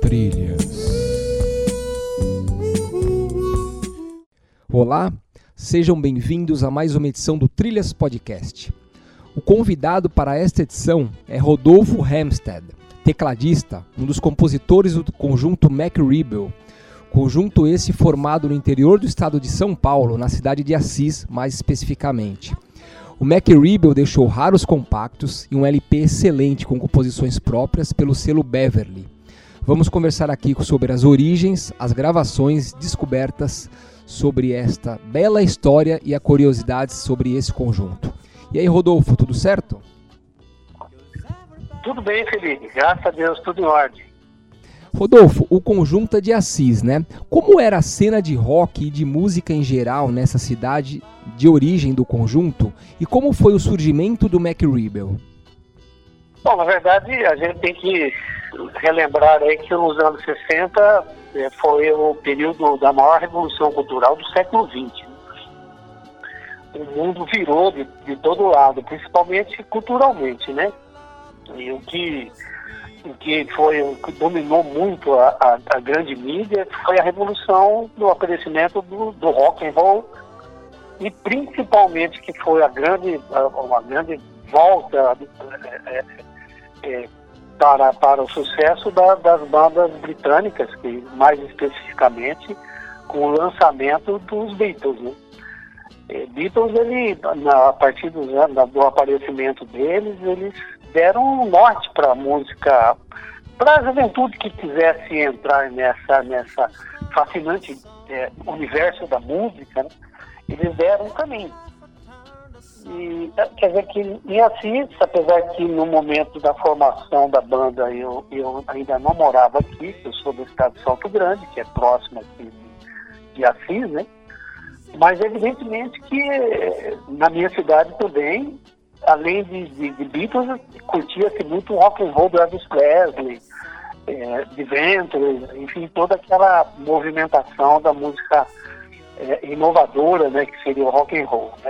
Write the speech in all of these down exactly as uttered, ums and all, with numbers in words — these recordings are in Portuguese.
Trilhas. Olá, sejam bem-vindos a mais uma edição do Trilhas Podcast. O convidado para esta edição é Rodolfo Hempstead, tecladista, um dos compositores do conjunto Mac Rebel, conjunto esse formado no interior do estado de São Paulo, na cidade de Assis, mais especificamente. O Mac Rebel deixou raros compactos e um L P excelente com composições próprias pelo selo Beverly. Vamos conversar aqui sobre as origens, as gravações, descobertas sobre esta bela história e a curiosidades sobre esse conjunto. E aí, Rodolfo, tudo certo? Tudo bem, Felipe. Graças a Deus, tudo em ordem. Rodolfo, o conjunto é de Assis, né? Como era a cena de rock e de música em geral nessa cidade de origem do conjunto? E como foi o surgimento do Mac Rebel? Bom, na verdade, a gente tem que relembrar aí que nos anos sessenta foi o período da maior revolução cultural do século vinte. O mundo virou de, de todo lado, principalmente culturalmente, né? E o que, o que, foi, o que dominou muito a, a, a grande mídia foi a revolução do aparecimento do, do rock and roll e principalmente que foi a grande, uma grande volta é, é, para, para o sucesso da, das bandas britânicas, que mais especificamente com o lançamento dos Beatles, né? Beatles, ele, na, a partir dos anos, do aparecimento deles, eles deram um norte para a música, para a juventude que quisesse entrar nessa, nessa fascinante é, universo da música, né? Eles deram um caminho. E, quer dizer que em Assis, apesar que no momento da formação da banda eu, eu ainda não morava aqui, eu sou do estado de Salto Grande, que é próximo aqui de, de Assis, né? Mas evidentemente que na minha cidade também, além de, de, de Beatles, curtia-se muito o rock and roll do Elvis Presley, é, de Venture, enfim, toda aquela movimentação da música é, inovadora, né, que seria o rock and roll, né?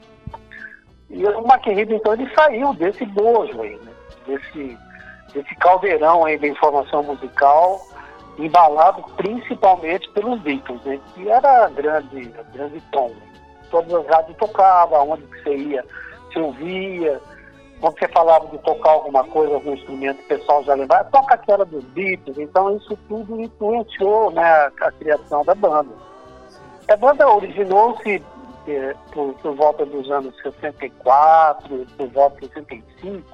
E o Mac Rebel, então, ele saiu desse bojo aí, né? desse, desse caldeirão aí da informação musical, embalado principalmente pelos Beatles, né? Que era a grande, a grande tom. Né? Todas as rádios tocavam, onde você ia, você ouvia. Quando você falava de tocar alguma coisa, algum instrumento, o pessoal já lembrava, toca aquela dos Beatles. Então isso tudo influenciou, né, a, a criação da banda. A banda originou-se é, por, por volta dos anos sessenta e quatro, por volta de sessenta e cinco,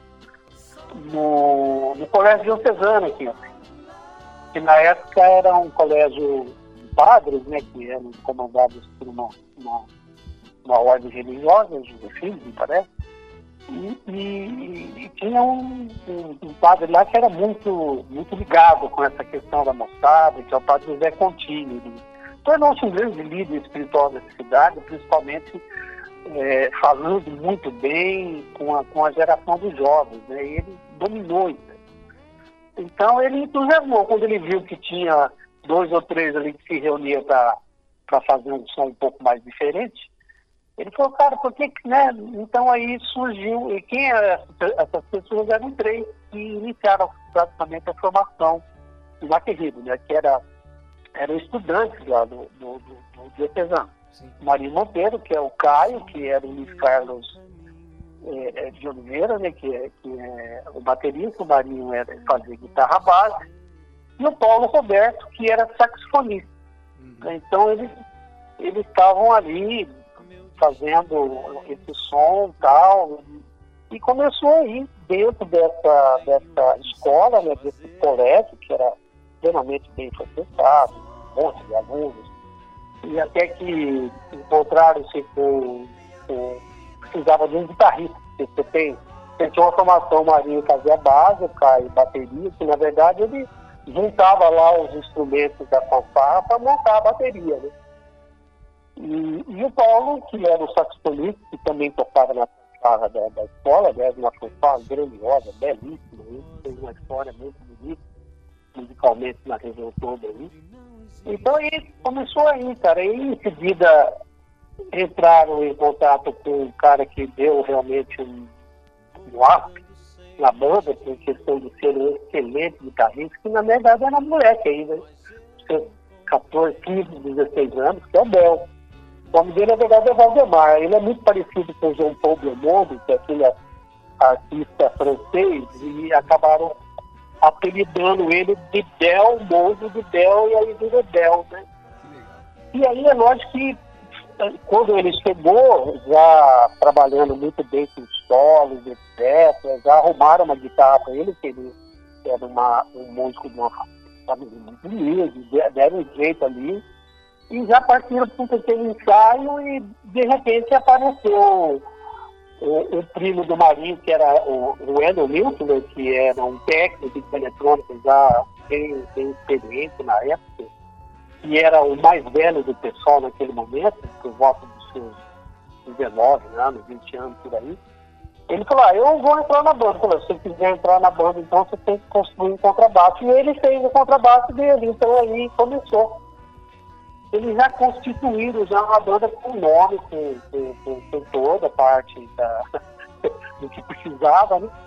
no, no Colégio Diocesano aqui, assim. Que na época era um colégio de padres, né, que eram comandados por uma, uma, uma ordem religiosa, Josefino, me parece, e, e, e tinha um, um, um padre lá que era muito, muito ligado com essa questão da moçada, que é o padre José Contini. Tornou-se um grande líder espiritual dessa cidade, principalmente é, falando muito bem com a, com a geração dos jovens, né, e ele dominou isso. Então ele entusiasmou quando ele viu que tinha dois ou três ali que se reuniam para fazer um som um pouco mais diferente. Ele falou, cara, por que, né? Então aí surgiu, e quem era, essas pessoas eram três que iniciaram praticamente a formação do Mac Rebel, né? Que era, eram estudantes lá do, do, do, do Diocesano. Marinho Monteiro, que é o Caio, que era o Luiz Carlos É, de Oliveira, né, que, é, que é o baterista, o Marinho era fazer guitarra base, e o Paulo Roberto, que era saxofonista. Uhum. Então eles eles estavam ali fazendo esse som e tal, e começou aí dentro dessa, dessa escola, né, desse colégio, que era extremamente bem frequentado, um monte de alunos, e até que encontraram-se com, com precisava de um guitarrista. Você tem, você tinha uma formação, o Marinho fazia base, o Caio bateria, que na verdade ele juntava lá os instrumentos da fanfarra para montar a bateria, né? E, e o Paulo, que era o saxofonista, que também tocava na fanfarra da, da escola, aliás, uma fanfarra grandiosa, belíssima, né? Tem uma história muito bonita, musicalmente na região toda aí. Então aí começou aí, cara, e em seguida entraram em contato com um cara que deu realmente um, um up, na banda, por questão de ser um excelente guitarrista, que na verdade era moleque ainda, catorze, quinze, dezesseis anos, que é o Bel. O nome dele, na verdade, é Valdemar. Ele é muito parecido com o Jean-Paul Belmondo, que é aquele artista francês, e acabaram apelidando ele de Bel, Mondo de Bel, e aí virou Bel, né? E aí é lógico que quando ele chegou, já trabalhando muito bem com solos, etcétera, já arrumaram uma guitarra para ele, que ele era uma, um músico de uma família muito humilde, deram um jeito ali, e já partiram para um pequeno ensaio, e de repente apareceu o, o primo do Marinho, que era o, o Eno Milton, né, que era um técnico de eletrônica já bem, bem experiente na época, que era o mais velho do pessoal naquele momento, por volta dos seus dezenove anos, vinte anos, por aí. Ele falou, ah, eu vou entrar na banda. Ele falou, se você quiser entrar na banda, então você tem que construir um contrabaixo. E ele fez o contrabaixo dele, então aí começou. Eles já constituíram já uma banda com nome, com, com, com, com toda a parte da, do que precisava, né?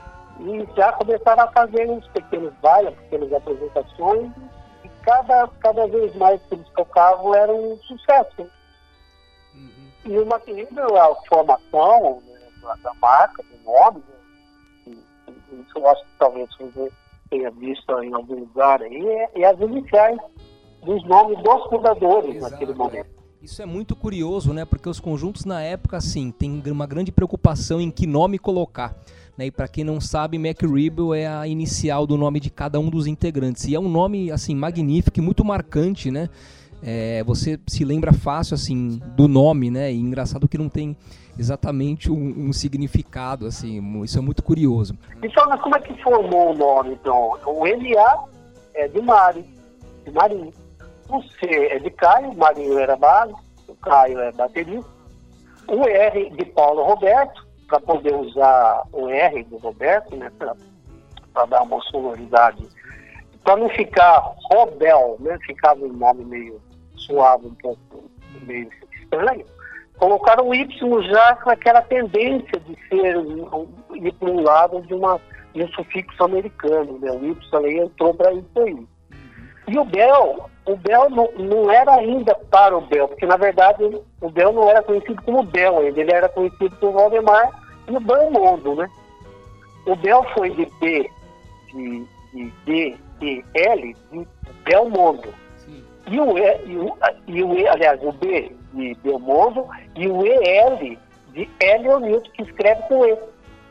E já começaram a fazer uns pequenos bailes, pequenas apresentações, e cada, cada vez mais que eles tocavam era um sucesso. Uhum. E uma querida a formação, né, da marca, do nome, né, e, isso eu acho que talvez você tenha visto em algum lugar aí, é, é as iniciais dos nomes dos fundadores. Exato, naquele momento. Isso é muito curioso, né? Porque os conjuntos na época, assim, tem uma grande preocupação em que nome colocar. Né? E para quem não sabe, MacRibble é a inicial do nome de cada um dos integrantes. E é um nome, assim, magnífico e muito marcante, né? É, você se lembra fácil, assim, do nome, né? E engraçado que não tem exatamente um, um significado, assim. Isso é muito curioso. Então, mas como é que formou o nome, então? O M A é de Mari, de Marinho. O C é de Caio, o Marinho era base, o Caio é baterista. O R de Paulo Roberto, para poder usar o R do Roberto, né, para dar uma sonoridade. Para não ficar Robel, né, ficava um nome meio suave, um pouco meio estranho. Colocaram o Y já com aquela tendência de ser um, ir para um lado de, uma, de um sufixo americano, né? O Y aí entrou para isso aí. E o Bel, o Bel não, não era ainda para o Bel, porque na verdade o Bel não era conhecido como Bel ainda, ele era conhecido por Valdemar e o Belmondo, né? O Bel foi de B, de, de D, E, L, de Belmondo. E o, e, e, o, e o E, aliás, o B de Belmondo e o E L de Hélio Newton, que escreve com E.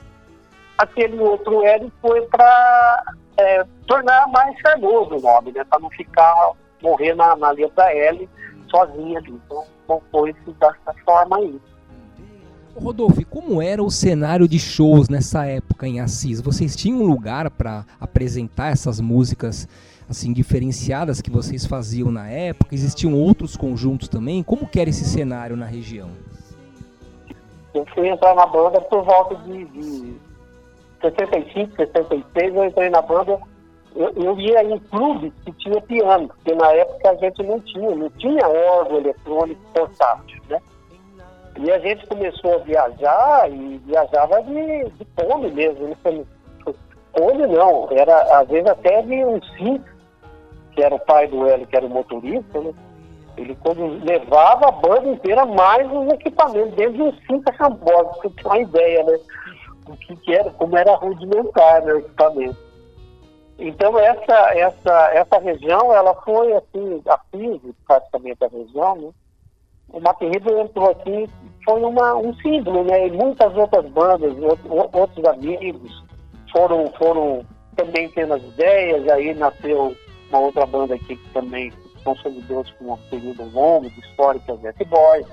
Aquele outro L foi para é, tornar mais charmoso o nome, né? Para não ficar, morrer na, na letra L sozinha ali. Então, compôs-se dessa forma aí. Rodolfo, e como era o cenário de shows nessa época em Assis? Vocês tinham um lugar para apresentar essas músicas assim diferenciadas que vocês faziam na época? Existiam outros conjuntos também? Como que era esse cenário na região? Eu fui entrar na banda por volta de, de sessenta e cinco, sessenta e seis, eu entrei na banda. Eu, eu ia em clubes que tinha piano, porque na época a gente não tinha, não tinha órgão eletrônico portátil, né? E a gente começou a viajar e viajava de, de fome mesmo. Né? Fome não, era às vezes até de um cinco, que era o pai do Hélio, que era o motorista, né? Ele quando levava a banda inteira mais os equipamentos, desde um cinco a Cambosa, para ter uma ideia, né? O que, que era, como era rudimentar, né, o equipamento. Então essa, essa, essa região, ela foi assim, a física, praticamente a região, né? O MacRibble entrou aqui, foi uma, um símbolo, né? E muitas outras bandas, outros amigos foram, foram também tendo as ideias, aí nasceu uma outra banda aqui que também consolidou-se com um período longo de história, que é o Jet Boys.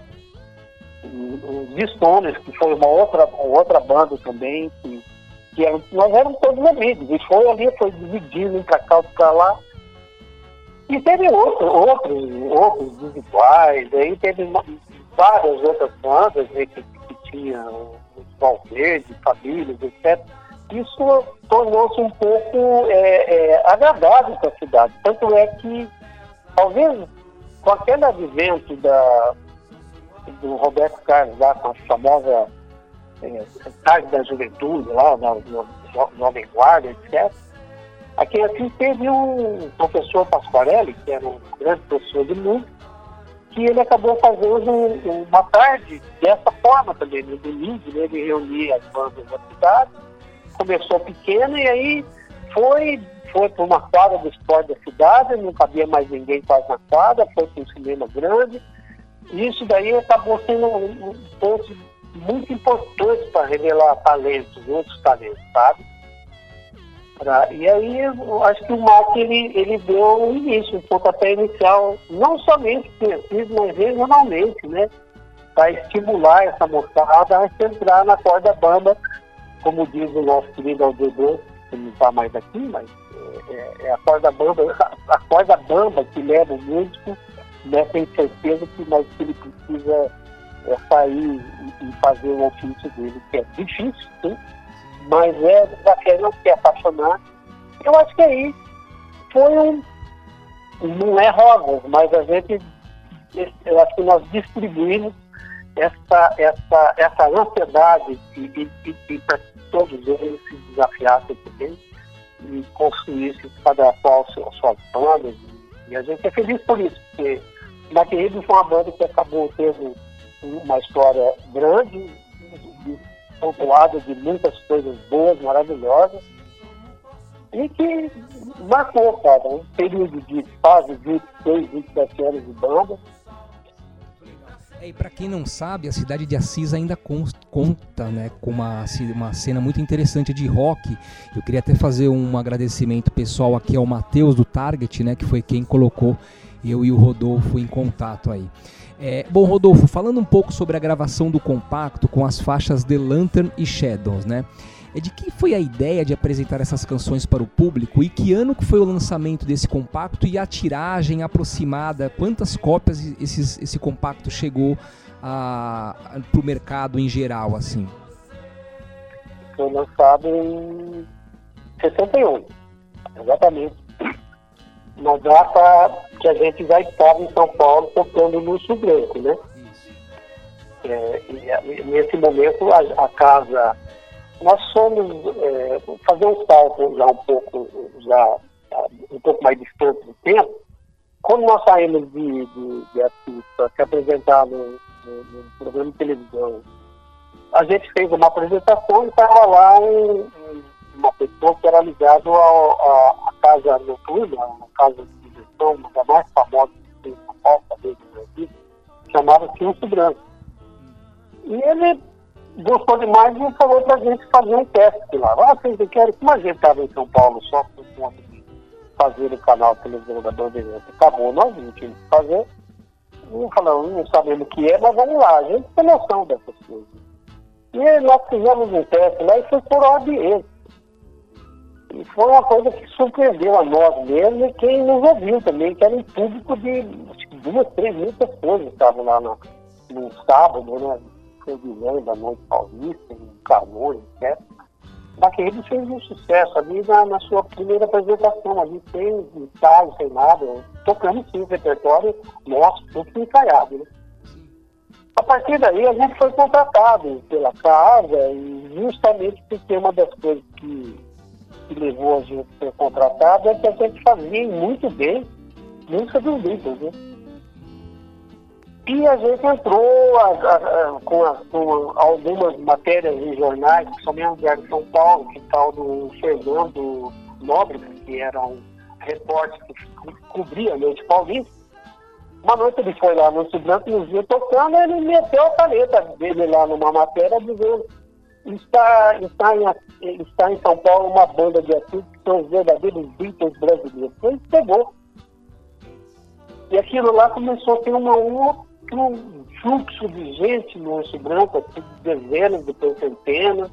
Os Stones, que foi uma outra, outra banda também, que, que era, nós éramos todos amigos, e foi ali, foi dividindo um para cá, outro para lá. E teve outro, outros, outros individuais, aí teve uma, várias outras bandas, né, que, que tinha os Valverde, famílias, etcétera. Isso tornou-se um pouco é, é, agradável para a cidade. Tanto é que, talvez, com aquele advento da, do Roberto Carlos, lá com a famosa é, Tarde da Juventude, lá na, na Jovem Guarda, etcétera. Aqui em Assis teve um professor Pasquarelli, que era um grande professor de música, que ele acabou fazendo uma tarde dessa forma também, no domingo, né? Ele reunia as bandas da cidade, começou pequeno e aí foi, foi para uma quadra do esporte da cidade, não cabia mais ninguém quase na quadra, foi para um cinema grande, e isso daí acabou sendo um, um ponto muito importante para revelar talentos, outros talentos, sabe? Pra, e aí eu acho que o M A C ele, ele deu um início, um pontapé inicial, não somente preciso, mas regionalmente, né? Para estimular essa moçada a se entrar na corda bamba, como diz o nosso querido Aldebon, que não está mais aqui, mas é, é a corda bamba, a, a corda bamba que leva o músico nessa incerteza que, mas que ele precisa é, sair e, e fazer o ofício dele, que é difícil, sim, mas é desafiador, se apaixonar. Eu acho que aí foi um, não é rosa, mas a gente, eu acho que nós distribuímos essa, essa, essa ansiedade e, e, e, e para todos eles se desafiassem também e construíssem cada qual suas bandas. E a gente é feliz por isso, porque Maquerido foi uma banda que acabou tendo uma história grande, pontuada de muitas coisas boas, maravilhosas, e que marcou, cara, um período de quase vinte e seis, vinte e sete anos de banda. É, e para quem não sabe, a cidade de Assis ainda conta, né, com uma, uma cena muito interessante de rock. Eu queria até fazer um agradecimento pessoal aqui ao Matheus do Target, né, que foi quem colocou eu e o Rodolfo em contato aí. É, bom, Rodolfo, falando um pouco sobre a gravação do compacto com as faixas The Lantern e Shadows, né? É de que foi a ideia de apresentar essas canções para o público e que ano que foi o lançamento desse compacto e a tiragem aproximada, quantas cópias esses, esse compacto chegou para o mercado em geral, assim? Foi lançado em sessenta e um, exatamente. Na data que a gente já estava em São Paulo tocando no Sul Branco, né? É, e, nesse momento a, a casa, nós fomos é, fazer um salto já um pouco, já um pouco mais distante do tempo. Quando nós saímos de, de, de Assis para se apresentar no, no, no programa de televisão, a gente fez uma apresentação e estava lá um, um, uma pessoa que era ligada à casa noturna, a casa de diversão, uma das mais famosas que tem em São Paulo, talvez no Brasil, chamava-se Urso Branco. E ele gostou demais e falou para a gente fazer um teste lá. Ah, vocês querem, como a gente estava em São Paulo só por conta de fazer o canal de televisão da Bandeirantes, acabou, nós não tínhamos que fazer. E falamos, não sabemos o que é, mas vamos lá, a gente tem noção dessas coisas. E nós fizemos um teste lá e foi por ordem de erro. E foi uma coisa que surpreendeu a nós mesmo e quem nos ouviu também, que era um público de acho que duas, três mil pessoas que estavam lá no, no sábado, né? Foi de da Noite Paulista, em Canoas, etcétera. Maquerido fez um sucesso ali na, na sua primeira apresentação, ali sem ensaio, sem nada, tocando sim o repertório nosso, tudo ensaiado, né? A partir daí a gente foi contratado pela casa e justamente porque uma das coisas que, que levou a gente a ser contratado é que a gente fazia muito bem música dos Beatles, né? E a gente entrou a, a, a, com, a, com algumas matérias em jornais, principalmente no Diário de São Paulo, que tal do Fernando Nóbrega, que era um repórter que cobria a Noite Paulista. Uma noite ele foi lá no Sul Branco, nos viu tocando, ele meteu a caneta dele lá numa matéria dizendo está, está, em, está em São Paulo uma banda de artistas que são os verdadeiros Beatles brasileiros. Então ele pegou. E aquilo lá começou a ter uma, uma, um fluxo de gente no Sul Branco, assim, dezenas, depois centenas.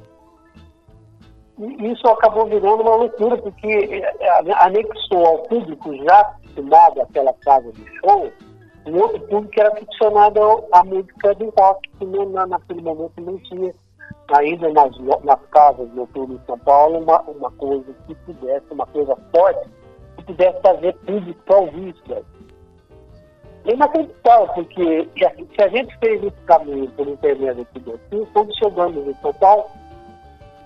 E isso acabou virando uma loucura, porque anexou ao público já acostumado àquela casa de show, um outro público que era aficionado à música do rock, que não, naquele momento não tinha ainda nas, nas casas noturnas em São Paulo uma, uma coisa que pudesse, uma coisa forte, que pudesse fazer público para ouvir isso daí. É inacreditável, porque se a gente fez esse caminho por intermédio aqui do Sul, quando chegamos em São Paulo,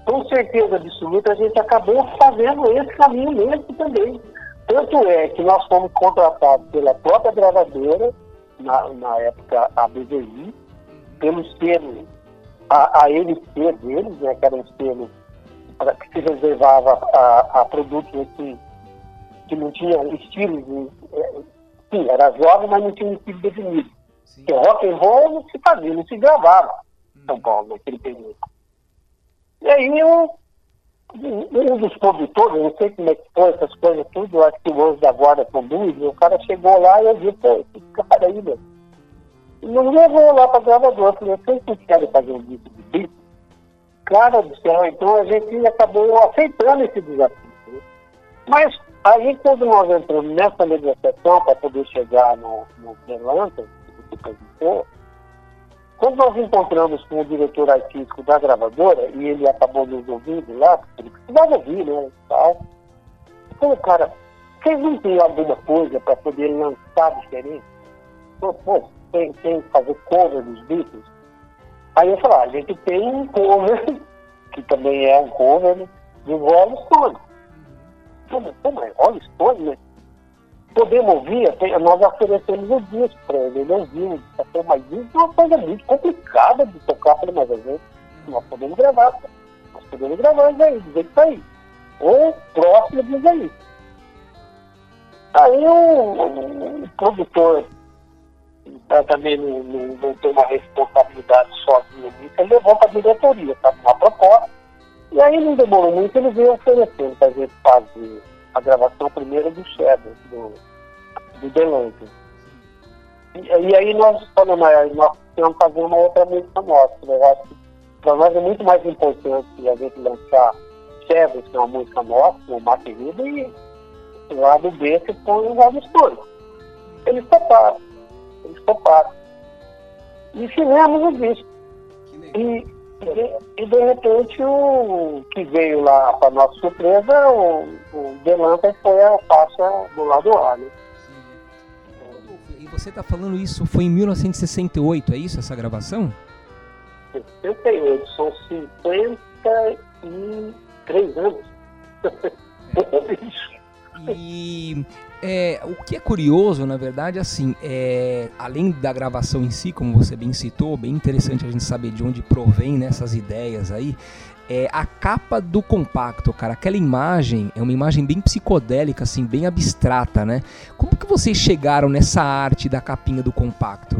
com certeza absoluta, a gente acabou fazendo esse caminho mesmo também. Tanto é que nós fomos contratados pela própria gravadora, na, na época a B V I, pelo selo, a, a L C deles, né, que era um selo que se reservava a, a produtos assim, que não tinha estilos, é, sim, era jovem, mas não tinha um estilo definido. Porque rock and roll não se fazia, não se gravava em São Paulo naquele período. E aí eu, um dos produtores, não sei como é que foi essas coisas tudo, eu acho que o Anjo da Guarda conduz, o cara chegou lá e eu disse, pô, esse cara aí, meu. E não levou lá para a gravadora, eu falei, vocês não querem fazer um disco de disco? Cara do céu, então a gente acabou aceitando esse desafio. Né? Mas aí quando nós entramos nessa negociação para poder chegar no, no Delanta, que você perguntou, quando nós encontramos com o diretor artístico da gravadora, e ele acabou nos ouvindo lá, porque ele precisava ouvir, né, e tal. Então, cara, vocês não têm alguma coisa para poder lançar diferente? Pô, pô, tem, tem que fazer cover dos Beatles? Aí eu falei, ah, a gente tem um cover, que também é um cover, né, do Rolling Stone. Pô, mas Rolling Stone, né? Podemos ouvir, até, nós oferecemos o disco para ele, ele ouviu, mas isso é uma coisa muito complicada de tocar para mais vezes. Nós podemos gravar, nós podemos gravar isso aí, dizer que tá aí. Ou próximo diz aí. Aí o, o produtor também não, não, não tem uma responsabilidade sozinho nisso, ele levou para a diretoria, estava uma proposta, e aí não demorou muito, ele veio oferecendo para a gente fazer a gravação primeira do Shadow, do, do Delanta. E, e aí nós falamos, nós temos fazer uma outra música nossa. Eu acho que para nós é muito mais importante a gente lançar Shadow, que é uma música nossa, uma querida, e o lado B que põe os olhos todos. Eles toparam, eles toparam. E fizemos o disco. E, e, e de repente o que veio lá para nossa surpresa, o, o Delanta foi a faixa do lado A, né? E você está falando isso, foi em mil novecentos e sessenta e oito, é isso, essa gravação? sessenta e oito, são cinquenta e três anos. É. E é, o que é curioso, na verdade, assim, é, além da gravação em si, como você bem citou, bem interessante a gente saber de onde provém, né, essas ideias aí, é a capa do compacto, cara. Aquela imagem é uma imagem bem psicodélica, assim, bem abstrata, né? Como que vocês chegaram nessa arte da capinha do compacto?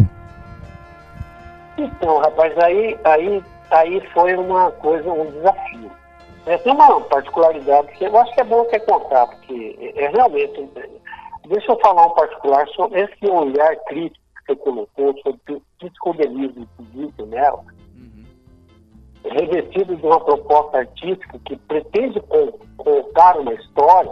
Então, rapaz, aí, aí, aí foi uma coisa, um desafio. É, tem uma particularidade que eu acho que é bom até contar, porque é, é realmente... Deixa eu falar um particular sobre esse olhar crítico que você colocou, sobre o psicodelismo político nela, uhum. revestido de uma proposta artística que pretende contar uma história.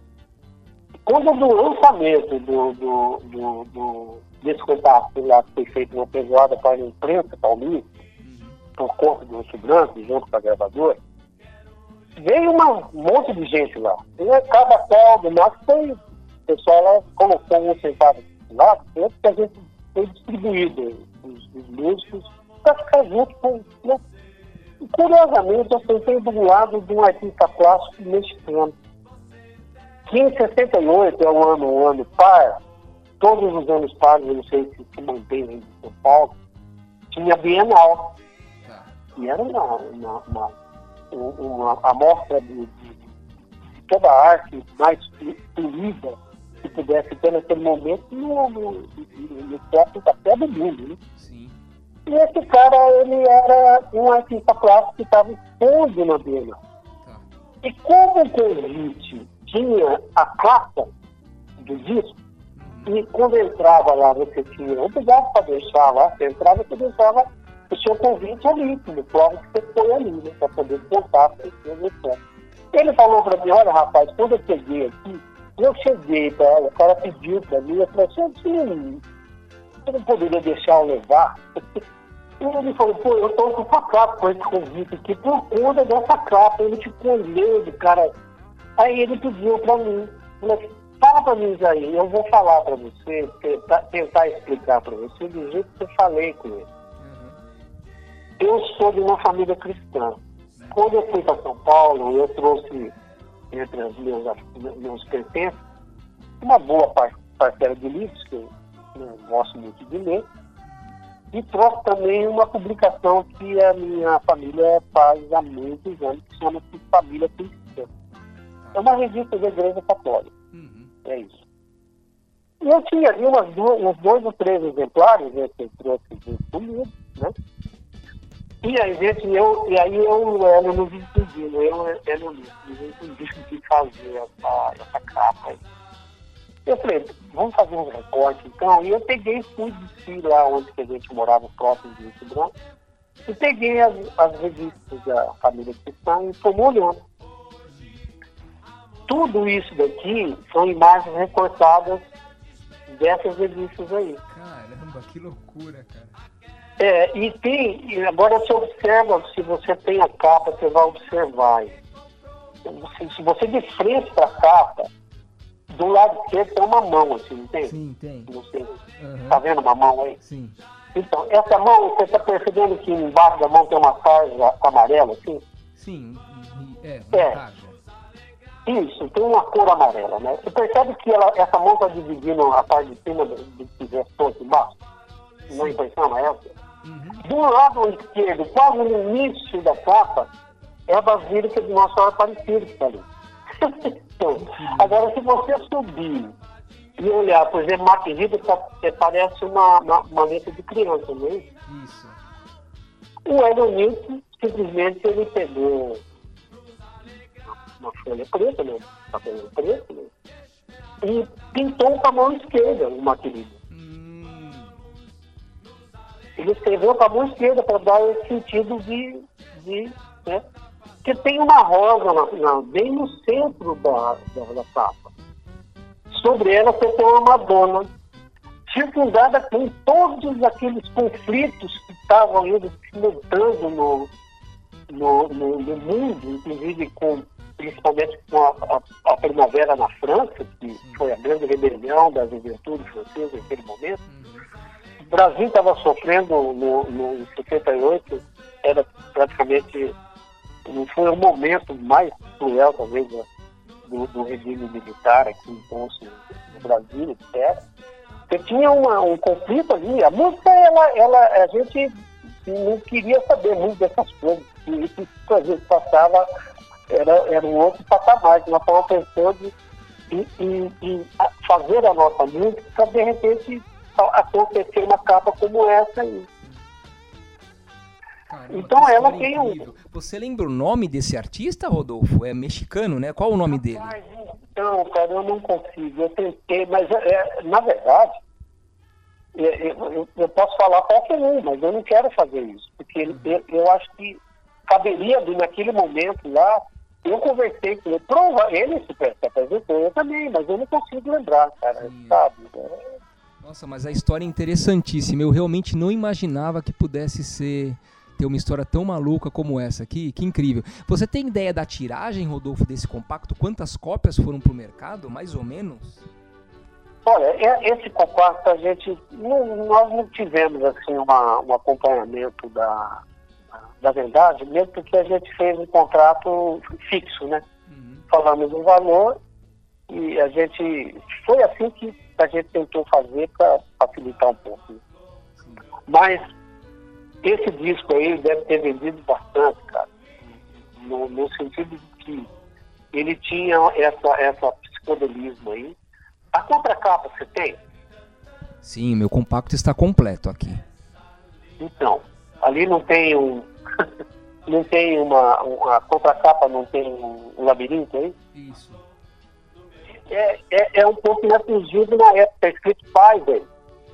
Quando do lançamento do, do, do, do, desse compacto lá que foi feito uma pesada para a imprensa paulista, uhum. por conta do Osso Branco, junto com a gravadora, veio uma, um monte de gente lá. E cada qual do nosso foi, o pessoal lá colocou um centavo lá, tanto que a gente foi distribuído os, os músicos para ficar junto com. Né? E curiosamente eu sentei do lado de um artista plástico mexicano, que em sessenta e oito é um ano, um ano par, todos os anos pares, eu não sei se se mantém em São Paulo, tinha Bienal. E era uma, uma, uma uma amostra de, de, de toda a arte mais polida que pudesse ter naquele momento no, no, no século até do mundo, né? Sim. E esse cara, ele era um artista plástico que estava expondo na Bienal. Tá. E como o convite tinha a capa do disco, uhum. e quando entrava lá, você tinha, não precisava para deixar lá, você entrava, você deixava o seu convite ali, no prova que você foi ali, né, para poder contar para você. Ele falou para mim, olha rapaz, quando eu cheguei aqui, eu cheguei para ela, o cara pediu para mim, eu falei assim, você não poderia deixar eu levar? E ele falou, pô, eu estou com uma capa com esse convite aqui, por conta dessa capa, ele ficou olhando, cara. Aí ele pediu para mim, falou, fala para mim, Jair, eu vou falar para você, tentar, tentar explicar para você do jeito que eu falei com ele. Eu sou de uma família cristã. quando eu fui para São Paulo, eu trouxe entre os meus, meus pertences uma boa par, parcela de livros, que eu, eu gosto muito de ler, e trouxe também uma publicação que a minha família faz há muitos anos, que chama-se Família Cristã. É uma revista da Igreja Católica. Uhum. É isso. E eu tinha ali umas duas, uns dois ou três exemplares, né, que eu trouxe comigo, né? E aí, gente, eu, e aí eu, eu não me entendi, eu, eu, eu não me entendi o que fazer essa, essa capa aí. Eu falei, vamos fazer um recorte então, e eu peguei e fui desci lá onde que a gente morava, próximo de Rio Branco, e peguei as, as revistas da Família Cristã e fomos olhando. Tudo isso daqui são imagens recortadas dessas revistas aí. Caramba, que loucura, cara. É, e tem, agora você observa, se você tem a capa, você vai observar. Se, se você de frente para a capa, do lado esquerdo tem uma mão, assim, não tem? Sim, tem. Não sei. Uhum. Tá vendo uma mão aí? Sim. Então, essa mão, você está percebendo que embaixo da mão tem uma tarja amarela, assim? Sim, é, uma é. tarja. Isso, tem uma cor amarela, né? Você percebe que ela, essa mão está dividindo a parte de cima do que restou aqui embaixo? Não impressiona essa? Uhum. Do lado esquerdo, quase no início da capa, é a Basílica de Nossa Senhora Aparecida que está ali. Então, agora, se você subir e olhar, por exemplo, Maquerida, parece uma, uma, uma letra de criança, não é isso? Isso. O Hélio Nilton, simplesmente, ele pegou uma folha preta, né? Papel preto, né? E pintou com a mão esquerda o Maquerida. Ele escreveu com a mão esquerda para dar esse sentido de... de né? Porque tem uma rosa na, na, bem no centro da, da, da capa. Sobre ela você tem uma Madonna, circundada com todos aqueles conflitos que estavam ainda se montando no, no, no, no mundo, inclusive com, principalmente com a, a, a primavera na França, que foi a grande rebelião da juventude francesa naquele momento. O Brasil estava sofrendo no, no, em setenta e oito, era praticamente, não foi o momento mais cruel, talvez, do, do regime militar aqui imposto no Brasil, etcétera. Porque tinha uma, um conflito ali. A música, ela, ela, a gente não queria saber muito dessas coisas. E isso que a gente passava era, era um outro patamar, que nós estávamos pensando em, em, em fazer a nossa música para, de repente, acontecer uma capa como essa aí. Caramba, então ela tem incrível. um... Você lembra o nome desse artista, Rodolfo? É mexicano, né? Qual o nome dele? Mas, então, cara, eu não consigo. Eu tentei, mas é, na verdade, eu, eu, eu posso falar qualquer um, mas eu não quero fazer isso. Porque uhum. eu, eu acho que caberia, naquele momento lá, eu conversei com ele. Prova, ele se apresentou, eu também, mas eu não consigo lembrar, cara, Sim. sabe? É... Nossa, mas a história é interessantíssima. Eu realmente não imaginava que pudesse ser ter uma história tão maluca como essa aqui. Que incrível. Você tem ideia da tiragem, Rodolfo, desse compacto? Quantas cópias foram para o mercado, mais ou menos? Olha, esse compacto a gente, não, nós não tivemos assim uma, um acompanhamento da, da verdade, mesmo porque a gente fez um contrato fixo, né? Uhum. Falamos um valor e a gente, foi assim que a gente tentou fazer para facilitar um pouco. Sim. Mas esse disco aí deve ter vendido bastante, cara, no, no sentido de que ele tinha essa, essa psicodelismo aí. A contracapa você tem? Sim, meu compacto está completo aqui. Então, ali não tem um... não tem uma... uma a contracapa não tem um, um labirinto aí? Isso. É, é, é um pouco inatingido na época, é escrito paz aí.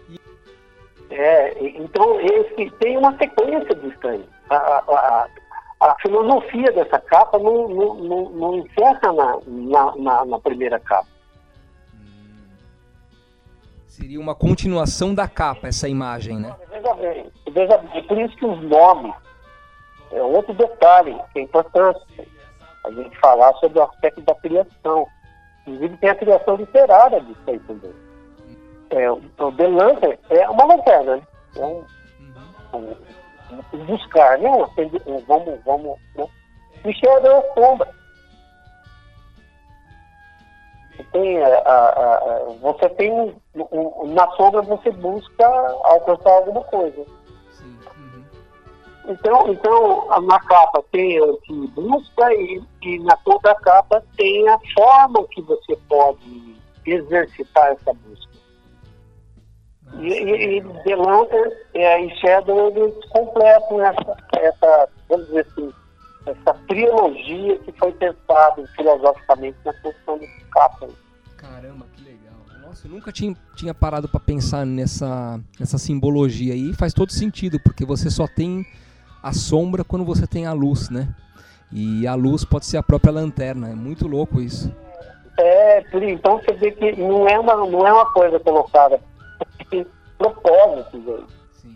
É, então, esse, tem uma sequência de estranho. A, a, a, a filosofia dessa capa não, não, não, não encerra na, na, na, na primeira capa. Hum. Seria uma continuação da capa, essa imagem, né? Veja bem, veja bem, por isso que os nomes é outro detalhe que é importante a gente falar sobre o aspecto da criação. Inclusive tem a criação literária disso aí também. É, o The Lantern é uma lanterna, né? É um, um, um buscar, né? Um, vamos, vamos, né? E shadow é sombra. Você tem, a, a, a, você tem um, um, na sombra você busca alcançar alguma coisa. Sim. Uhum. Então, então, na capa tem o que busca e, e na contracapa tem a forma que você pode exercitar essa busca. Nossa, e, e, e The Lantern é, e Shadow, eles completam essa, essa, vamos dizer assim, essa trilogia que foi pensada filosoficamente na construção desse capa. Caramba, que legal. Nossa, eu nunca tinha, tinha parado para pensar nessa, nessa simbologia aí. Faz todo sentido, porque você só tem a sombra quando você tem a luz, né? E a luz pode ser a própria lanterna. É muito louco isso. É, então você vê que não é uma, não é uma coisa colocada. Tem propósito, velho. Sim.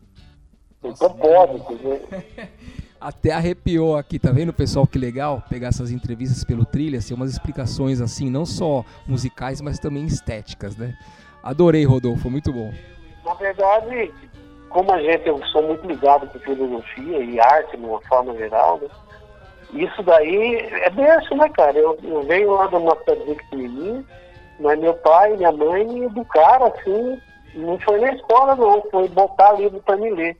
Tem propósito, velho. Até arrepiou aqui, tá vendo, pessoal? Que legal pegar essas entrevistas pelo Trilhas, ter umas explicações assim, não só musicais, mas também estéticas, né? Adorei, Rodolfo, muito bom. Na verdade, como a gente, eu sou muito ligado com filosofia e arte, de uma forma geral, né? Isso daí é berço, né, cara? Eu, eu venho lá de uma cidadezinha pequenininha, mas meu pai e minha mãe me educaram assim, não foi na escola não, foi botar livro para me ler.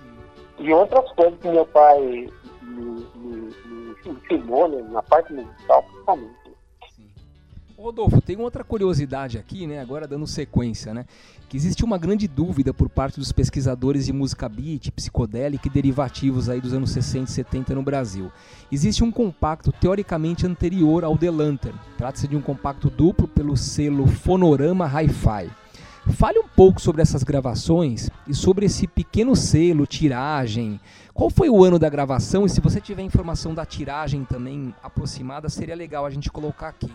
E outras coisas que meu pai me, me, me ensinou, né, na parte musical, principalmente. Sim. Rodolfo, tem outra curiosidade aqui, né, agora dando sequência, né, que existe uma grande dúvida por parte dos pesquisadores de música beat, psicodélica e derivativos aí dos anos sessenta e setenta no Brasil. Existe um compacto teoricamente anterior ao The Lantern. Trata-se de um compacto duplo pelo selo Fonorama Hi-Fi. Fale um pouco sobre essas gravações e sobre esse pequeno selo, tiragem. Qual foi o ano da gravação? E se você tiver informação da tiragem também aproximada, seria legal a gente colocar aqui.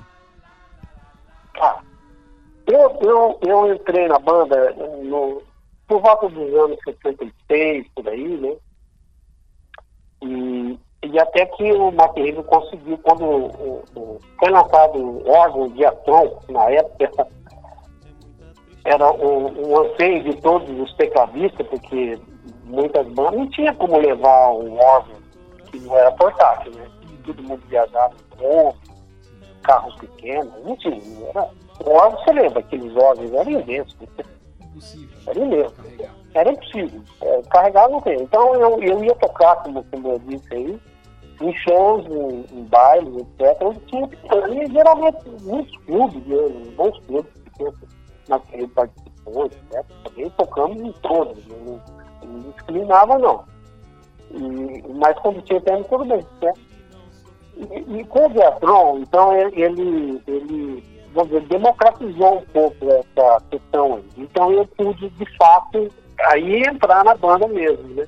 Ah, eu, eu, eu entrei na banda no, por volta dos anos setenta e seis, por aí, né? E, e até que o Matheus conseguiu, quando o, o, foi lançado o órgão Diatron, na época, era um, um anseio de todos os tecladistas, porque muitas bandas não tinha como levar um órgão que não era portátil, né? Todo mundo viajava com carros pequenos, não tinha. Não era, o órgão, você lembra, aqueles órgãos eram imensos. Impossível. Era imenso. Era impossível. É, carregar não tem. Então eu, eu ia tocar, como, como eu disse aí, em shows, em, em bailes, etcétera. Onde tinha e geralmente muitos clubes, né, bons clubes pequenos. Naquele participou, etcétera. Também tocamos em todos, não, não discriminava não. E, mas quando tinha tempo, tudo bem, né? E, e com o Diatron, então ele, ele vamos dizer, democratizou um pouco essa questão aí. Então eu pude, de fato, aí entrar na banda mesmo, né?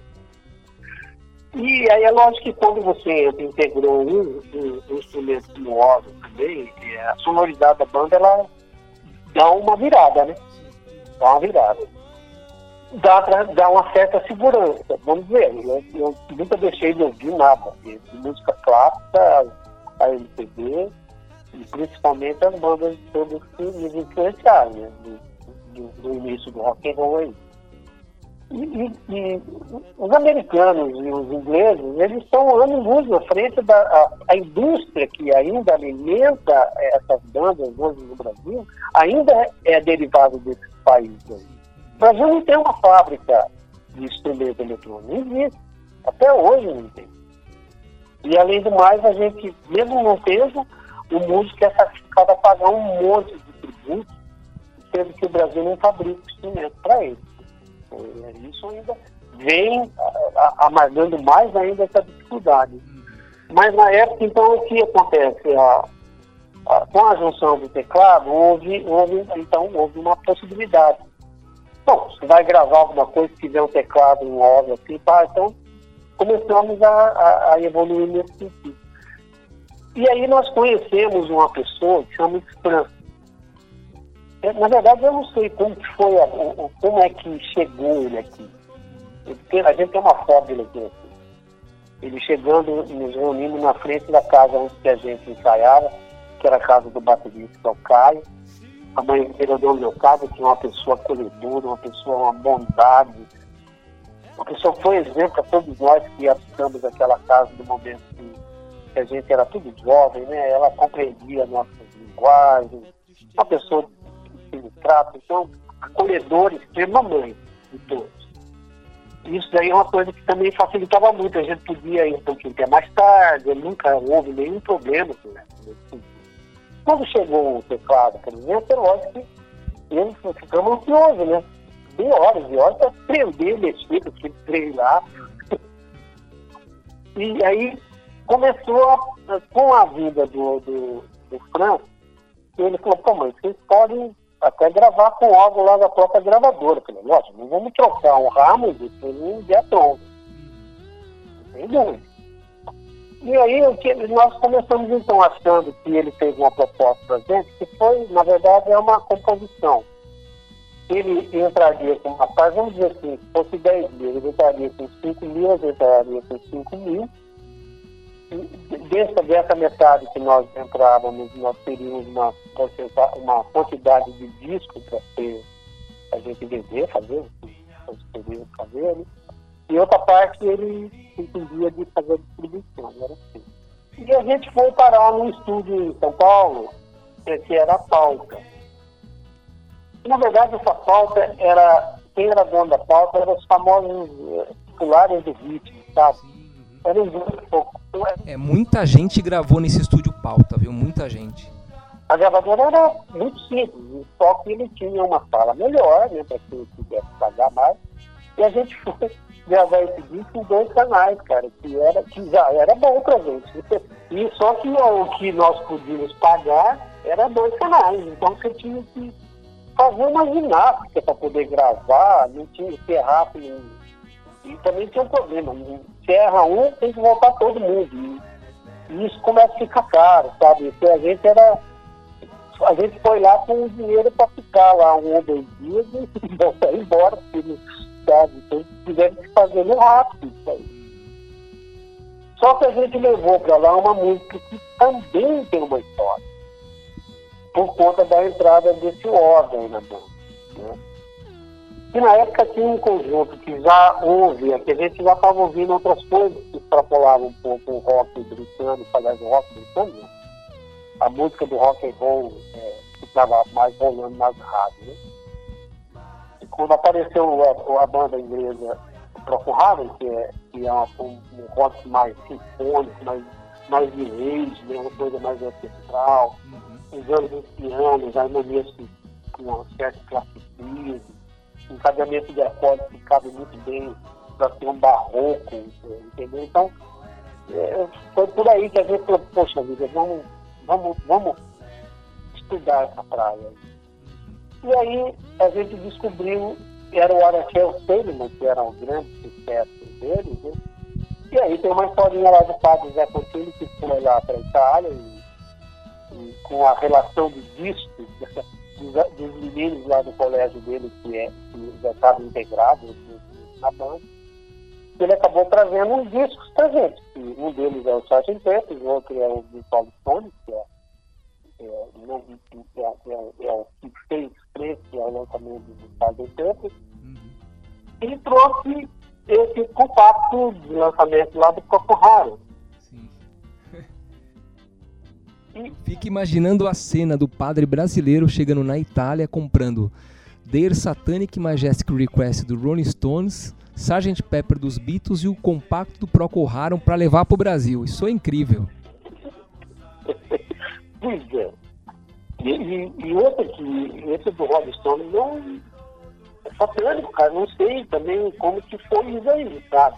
E aí é lógico que quando você entra, integrou um, um, um instrumento como órgão também, a sonoridade da banda, ela dá uma virada, né? Dá uma virada. Dá pra dar uma certa segurança. Vamos ver, eu, eu nunca deixei de ouvir nada. De música clássica, a M P B, e principalmente as bandas todas que nos influenciaram, né? Do, do, do início do rock and roll aí. E, e, e os americanos e os ingleses, eles são anos luz na frente da a, a indústria que ainda alimenta essas bandas hoje no Brasil, ainda é, é derivada desses países aí. O Brasil não tem uma fábrica de instrumento eletrônico, não existe. Até hoje não tem. E além do mais, a gente, mesmo não tendo, o músico é sacrificado a pagar um monte de tributos, sendo que o Brasil não fabrica instrumento para ele. Isso ainda vem amargando mais ainda essa dificuldade. Mas na época, então, o que acontece? A, a, com a junção do teclado, houve, houve, então, houve uma possibilidade. Bom, você vai gravar alguma coisa, se tiver um teclado, um órgão assim, tá? Então, começamos a, a, a evoluir nesse sentido. E aí nós conhecemos uma pessoa que chama Spran. Na verdade, eu não sei como que foi, a, o, como é que chegou ele aqui. A gente tem uma foto dele aqui. Ele chegando, nos reunimos na frente da casa onde a gente ensaiava, que era a casa do baterista, que é o Caio. A mãe dele, o dono do meu casa, tinha uma pessoa acolhedora, uma pessoa, uma bondade. Uma pessoa que foi exemplo para todos nós que habitamos aquela casa no momento que que a gente era tudo jovem, né? Ela compreendia a nossa linguagem, uma pessoa que me trata, então, acolhedora, extrema mãe de todos. Isso daí é uma coisa que também facilitava muito, a gente podia ir um pouquinho até mais tarde, nunca houve nenhum problema com isso. Quando chegou o teclado, por exemplo, é lógico que ele ficamos ansiosos, né? Tem horas e horas para aprender, mexer, para aquele trem lá. E aí começou, a, com a vinda do, do, do Fran, ele falou, pô, mãe, vocês podem até gravar com o órgão lá da própria gravadora. Eu falei, lógico, não vamos trocar um ramo de um dia pronto. Não tem dúvida. E aí o que, nós começamos então achando que ele fez uma proposta para a gente, que foi, na verdade, é uma composição. Ele entraria com uma parte, vamos dizer assim, se fosse dez mil, ele entraria com cinco mil, eu entraria com cinco mil. Dessa, dessa metade que nós entrávamos, nós teríamos uma, uma quantidade de discos para a gente vender, fazer, nós teríamos fazer, né? E outra parte ele entendia de fazer distribuição, era assim. E a gente foi parar num estúdio em São Paulo, que era a Pauta. Na verdade, essa Pauta era, quem era dono da Pauta eram os famosos populares do ritmo, sabe? Era um grupo. É, muita gente gravou nesse estúdio Pauta, viu? Muita gente. A gravadora era muito simples, só que ele tinha uma sala melhor, né, para quem quisesse pagar mais. E a gente foi gravar esse disco em dois canais, cara, que, era, que já era bom pra gente. E só que o que nós podíamos pagar era dois canais, então você tinha que fazer uma ginástica para poder gravar, não tinha que errar. E também tinha um problema, se erra um, tem que voltar todo mundo. E isso começa a ficar caro, sabe? Porque a gente era. A gente foi lá com o dinheiro para ficar lá um ou dois dias e voltar embora, porque não sabe, então tivemos que fazer no rápido isso aí. Só que a gente levou para lá uma música que também tem uma história, por conta da entrada desse órgão na banda, né? E na época tinha um conjunto que já ouvia, que a gente já estava ouvindo outras coisas que extrapolavam um pouco o rock britânico, aliás, o rock britânico, a música do rock and roll é, que estava mais rolando nas rádios, né? E quando apareceu a, a banda inglesa Procol Harum, que é, que é uma, um, um rock mais sinfônico, mais, mais de rage, né? Uma coisa mais orquestral, usando os pianos, harmonias com um certo classicismo, um cadeamento de acordes que cabe muito bem para ter um barroco, entendeu? Então, é, foi por aí que a gente falou, poxa vida, vamos, vamos, vamos estudar essa praia. E aí a gente descobriu, era o Araquel Seymour, que era um grande sucesso dele, né? E aí tem uma historinha lá do padre Zé Contini, que foi lá para a Itália, e, e com a relação de discos dos, dos meninos lá do colégio dele, que, é, que já estavam integrados na banda, ele acabou trazendo uns discos pra gente. E um deles é o sargento Pepper, o outro é o do Paulo Stones, que é, é, é, é, é o que fez preço, que é o lançamento do sargento Pepper. Uhum. E trouxe esse compacto de lançamento lá do Procol Harum. E fica imaginando a cena do padre brasileiro chegando na Itália comprando Their Satanic Majestic Request do Rolling Stones, sargento Pepper dos Beatles e o compacto do Procol Harum para levar para o Brasil. Isso é incrível. Pois é. E, e, e outro que, esse do Rolling Stones não é satânico, cara. Não sei também como que foi isso aí, sabe?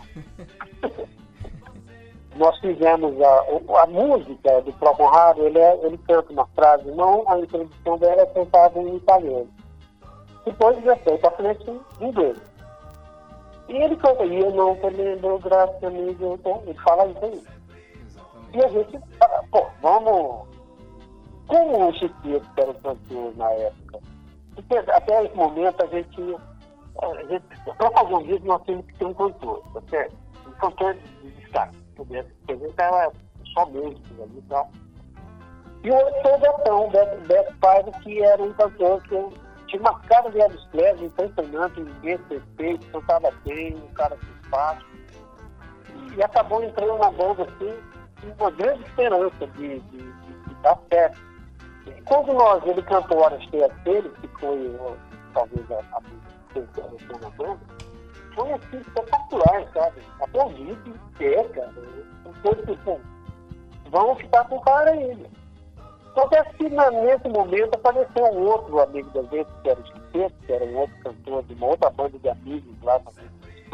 Nós fizemos a, a música do Procol Harum, ele, é, ele canta uma frase, não a introdução dela é cantada em italiano. Depois já foi para frente em inglês. E ele canta, e eu não te lembro, graças a mim, ele fala isso aí. Exatamente. E a gente fala, pô, vamos. Como o Chiquito era o cantor na época? Porque até esse momento a gente. Para fazer um vídeo nós temos que ter um cantor, tá certo? Um cantor de destaque. Porque a gente era só músicos ali e tal. E o outro foi o Betão, Beto, Beto Paiva, que era um cantor que eu, tinha uma cara de Elvis Presley, impressionante, inglês perfeito, cantava bem, um cara simpático. E acabou entrando na banda assim, uma grande esperança de, de, de, de dar certo. E quando nós, ele cantou Horas Cheias dele, que foi talvez a, a música na banda, foi assim, espetacular, sabe? Aplaudido, é, cara. Foi tipo, vamos ficar com o cara ainda. Só que assim, nesse momento, apareceu um outro amigo da gente, que era o Chiqueto, que era um outro cantor de uma outra banda de amigos lá também,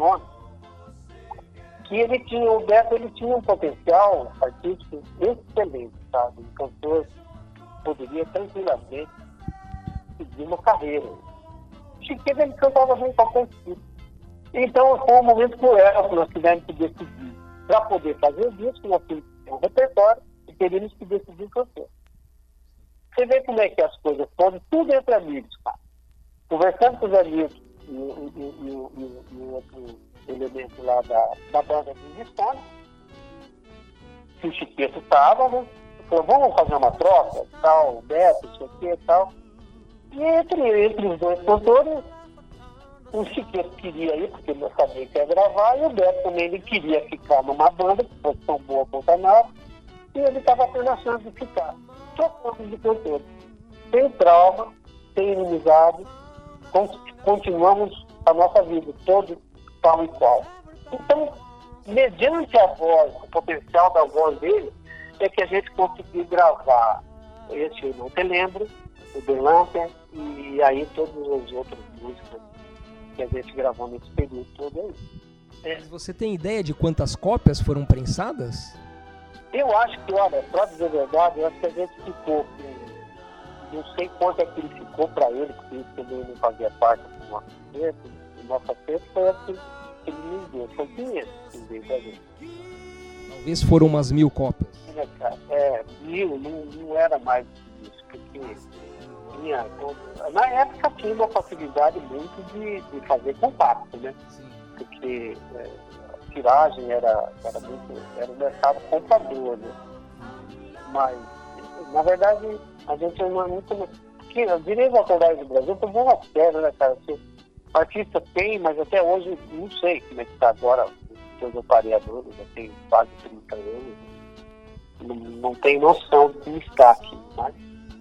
que ele tinha, o Beto, ele tinha um potencial artístico excelente, sabe? Um cantor poderia tranquilamente seguir uma carreira. O Chiqueto, ele cantava bem qualquer tipo. Então, foi um momento cruel que nós tivemos que decidir. Para poder fazer o disco, nós tínhamos que ter um repertório e teríamos que decidir o cantor. Você vê como é que as coisas foram, tudo entre amigos, cara. Conversando com os amigos e o outro elemento lá da, da banda de Stone, que o Chiqueto estava, né? Falou, vamos fazer uma troca, tal, o Beto, isso aqui e tal. E entre, entre os dois cantores, o Chiqueto queria ir, porque ele sabia que ia gravar, e o Beto também ele queria ficar numa banda, que fosse tão boa quanto a nossa, e ele estava tendo a chance de ficar. Trocamos de cantor. Sem trauma, sem inimizade, continuamos a nossa vida, todo tal e qual. Então, mediante a voz, o potencial da voz dele, é que a gente conseguiu gravar esse Eu Não Te Lembro, o The Lantern, e aí todas as outras músicas que a gente gravou nesse período todo aí. É. Você tem ideia de quantas cópias foram prensadas? Eu acho que, olha, pra dizer a verdade, eu acho que a gente ficou com, não sei quanto é que ele ficou para ele, porque isso também não fazia parte do nosso acerto. O nosso acerto foi assim que ele nos deu, foi quinhentos que ele deu pra gente. Talvez foram umas mil cópias. É, cara, é mil, não, não era mais isso, porque tinha, na época tinha uma facilidade muito de, de fazer compacto, né? Sim. Porque é, a tiragem era, era muito, era um mercado comprador, né? Mas, na verdade, a gente não é muito... Porque os direitos autorais do Brasil foi bem sério, né, cara? Assim, o artista tem, mas até hoje não sei como é que está agora. Seus aparelhadores, já tem quase trinta anos. Não, não tem noção de como está aqui, mas...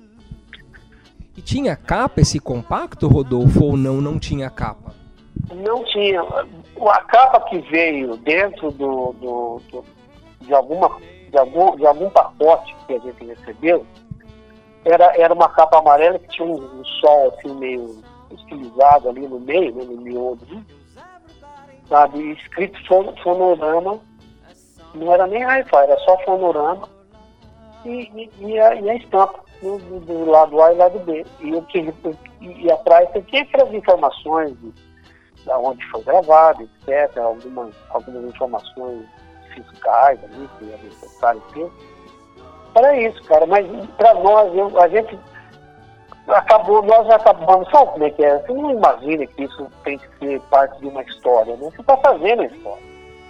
E tinha capa esse compacto, Rodolfo, ou não, não tinha capa? Não tinha. A capa que veio dentro do, do, do, de, alguma, de, algum, de algum pacote que a gente recebeu, era, era uma capa amarela que tinha um, um sol assim meio estilizado ali no meio, né, no miolo, sabe, escrito fon, Fonorama, não era nem hi-fi, era só Fonorama, e, e, e, a, e a estampa do, do lado A e lado B. E, o que, e, e atrás tem aquelas informações de, de onde foi gravado, etcétera, algumas, algumas informações fiscais ali, que é necessário ter. Era isso, cara, mas para nós, eu, a gente acabou, nós acabamos, sabe como é que é? Você não imagina que isso tem que ser parte de uma história, né? Você está fazendo a história.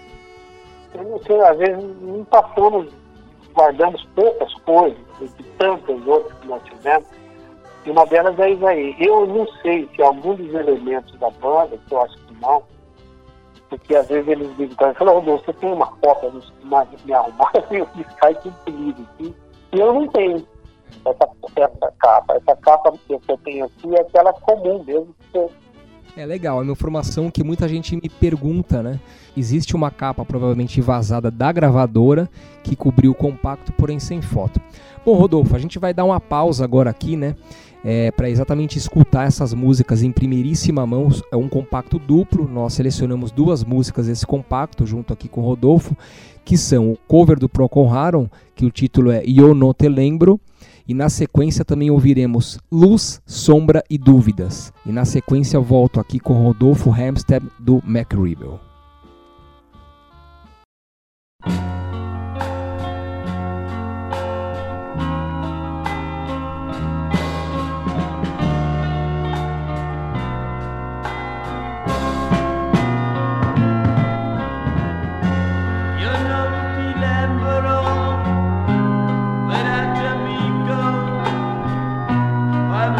Eu não sei, às vezes não passamos, guardamos poucas coisas, de tantas outras que nós tivemos, e uma delas é isso aí. Eu não sei se algum dos elementos da banda, que eu acho que não, porque às vezes eles dizem para mim, falam, Rodolfo, você tem uma cópia de me arrumar, eu cai tudo comigo aqui, e eu não tenho. Essa, essa capa, essa capa que eu tenho aqui é aquela comum mesmo. É legal, é uma informação que muita gente me pergunta, né? Existe uma capa provavelmente vazada da gravadora que cobriu o compacto, porém sem foto. Bom, Rodolfo, a gente vai dar uma pausa agora aqui, né? É, para exatamente escutar essas músicas em primeiríssima mão. É um compacto duplo, nós selecionamos duas músicas desse compacto junto aqui com o Rodolfo, que são o cover do Procol Harum, que o título é Eu Não Te Lembro, e na sequência também ouviremos Luz, Sombra e Dúvidas. E na sequência volto aqui com Rodolfo Hempstead do MacRibel.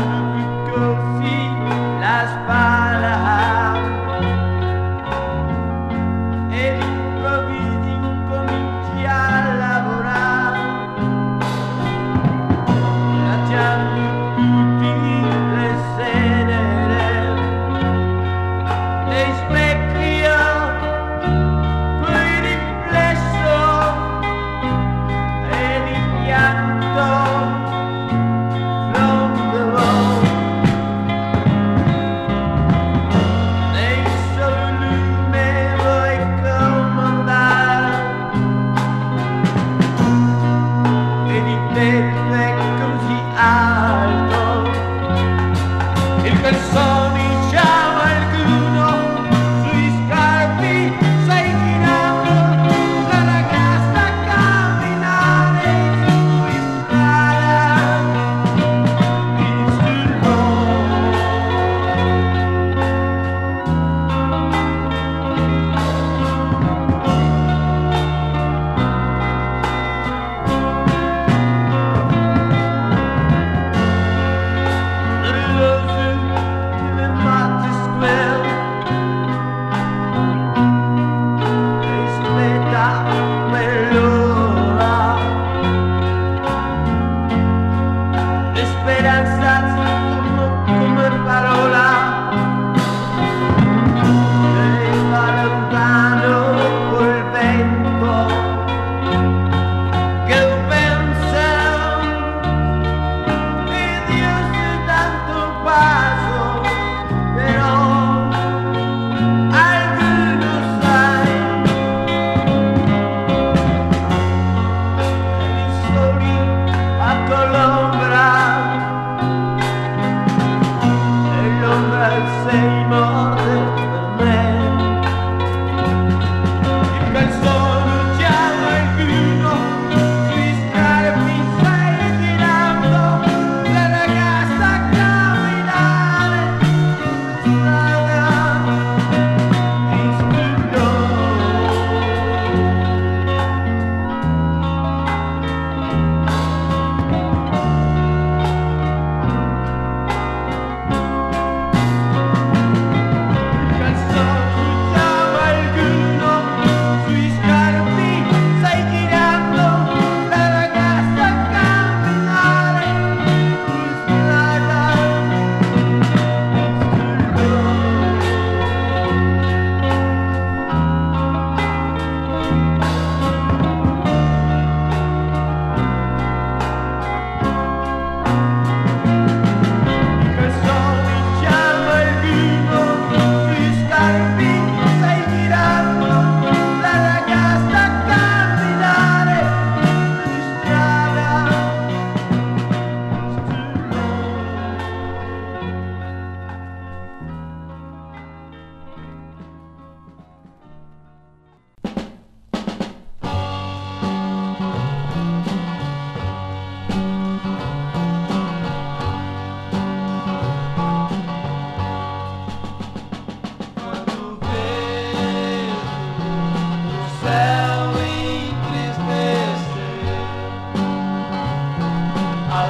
Las balas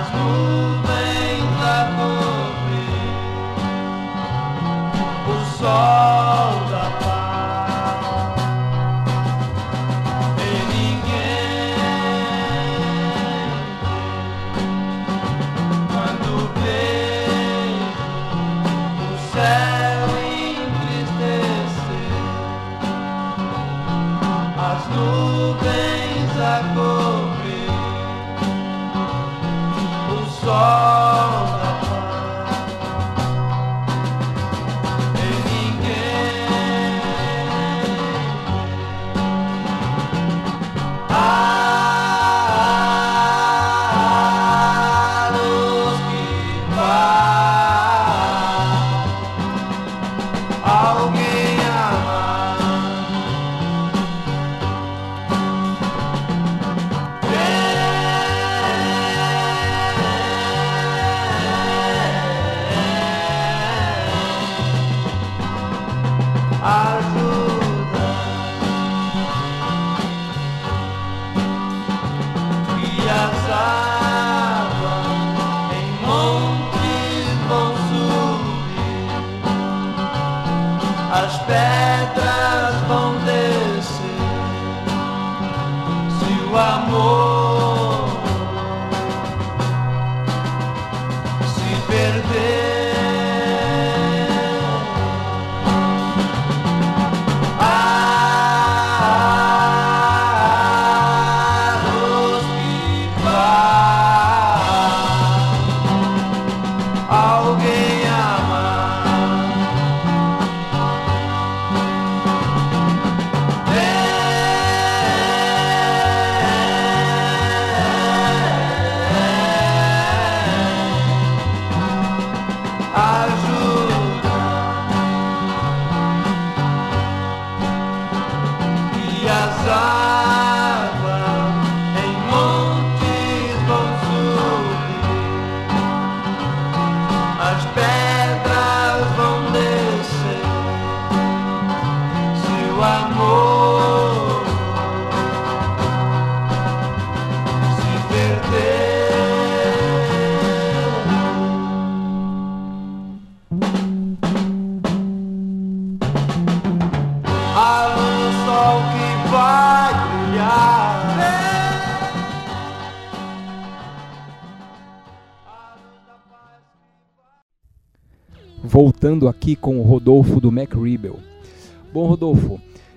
Voltando aqui com o Rodolfo do Mac Rebel. Bom, Rodolfo,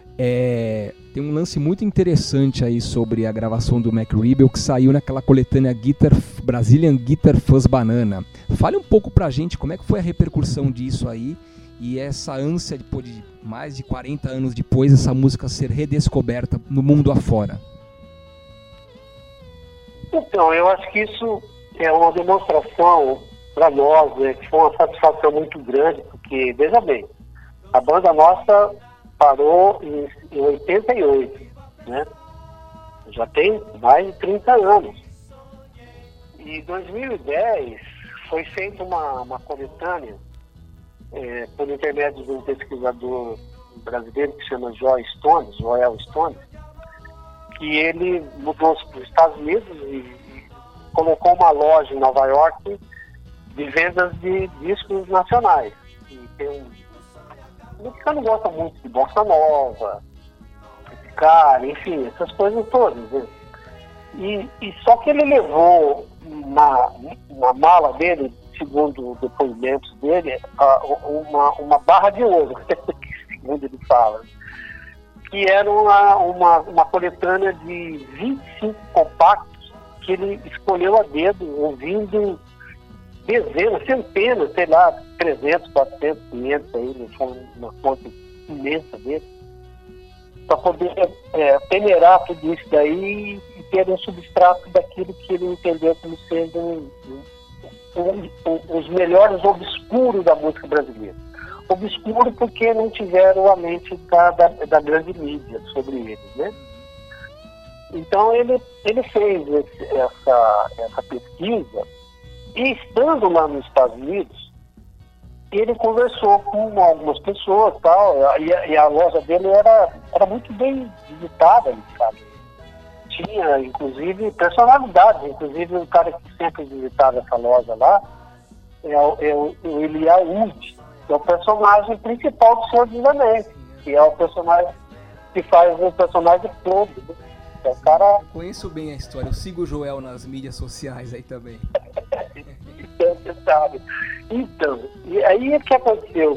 é, tem um lance muito interessante aí sobre a gravação do Mac Rebel que saiu naquela coletânea Guitar, Brazilian Guitar Fuzz Banana. Fale um pouco pra gente como é que foi a repercussão disso aí e essa ânsia de, de mais de quarenta anos depois essa música ser redescoberta no mundo afora. Então, eu acho que isso é uma demonstração para nós, né, que foi uma satisfação muito grande, porque, veja bem, a banda nossa parou em, em oitenta e oito, né? Já tem mais de trinta anos. E em dois mil e dez foi feita uma, uma coletânea é, por intermédio de um pesquisador brasileiro que se chama Joel Stone, Joel Stone, que ele mudou-se para os Estados Unidos e, e colocou uma loja em Nova York de vendas de discos nacionais. E tem um... O mexicano gosta muito de bossa nova, cara, enfim, essas coisas todas, né? E, e só que ele levou na, na mala dele, segundo depoimentos dele, uma, uma barra de ouro, segundo ele fala, que era uma, uma, uma coletânea de vinte e cinco compactos que ele escolheu a dedo, ouvindo dezenas, centenas, sei lá, trezentos, quatrocentos, quinhentos aí, foi uma conta imensa dele, para poder é, peneirar tudo isso daí e ter um substrato daquilo que ele entendeu como sendo um, um, um, os melhores obscuros da música brasileira. Obscuro porque não tiveram a mente da, da, da grande mídia sobre eles, né? Então ele, ele fez esse, essa, essa pesquisa. E estando lá nos Estados Unidos, ele conversou com algumas pessoas tal, e, a, e a loja dele era, era muito bem visitada, sabe? tinha, inclusive, personalidades. Inclusive, o cara que sempre visitava essa loja lá é o, é o, o Elijah Wood, que é o personagem principal do Senhor dos Anéis, que é o personagem que faz o personagem todo. Né? É o cara... Eu conheço bem a história, eu sigo o Joel nas mídias sociais aí também. Então, você sabe. Então, e aí o que aconteceu?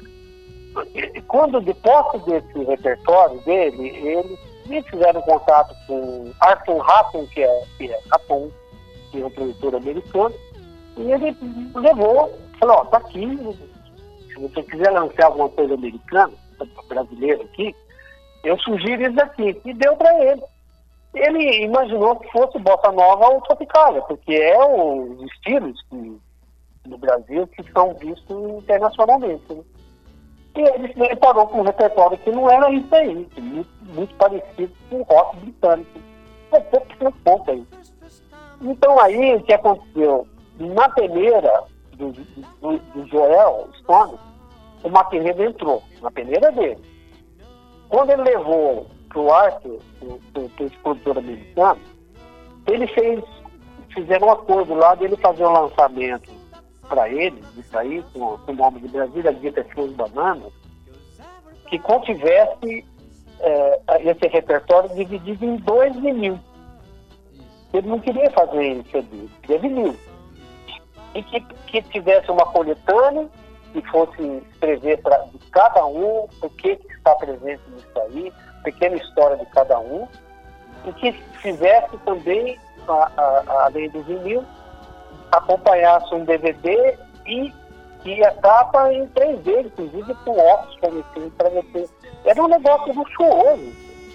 Quando, depois desse repertório dele, eles me fizeram contato com Arthur Rappen, que é, que é Rappen, que é um produtor americano, e ele levou, falou, ó, tá aqui, se você quiser lançar alguma coisa americana, brasileira aqui, eu sugiro isso daqui, e deu para ele. Ele imaginou que fosse bossa nova ou tropicália, porque é os estilos que, no Brasil que são vistos internacionalmente, né? E ele se deparou com um repertório que não era isso aí, muito, muito parecido com o rock britânico. Um pouco, um pouco aí. Então aí o que aconteceu? Na peneira do, do, do Joel Stone, o Maquinedo entrou, na peneira dele. Quando ele levou para o Arthur, para esse produtor americano, ele fez, fizeram um acordo lá dele fazer um lançamento para ele, isso aí, com, com o nome de Brasília, Guita Flores Bananas, que contivesse é, esse repertório dividido em dois vinil. Ele não queria fazer em C D, queria vinil. E que, que tivesse uma coletânea, que fosse escrever para cada um o que, que está presente nisso aí, pequena história de cada um, e que fizesse também, a, a, a, além do vinil, acompanhasse um D V D e, e a capa em três D, inclusive com óculos conhecidos para você. Era um negócio luxuoso.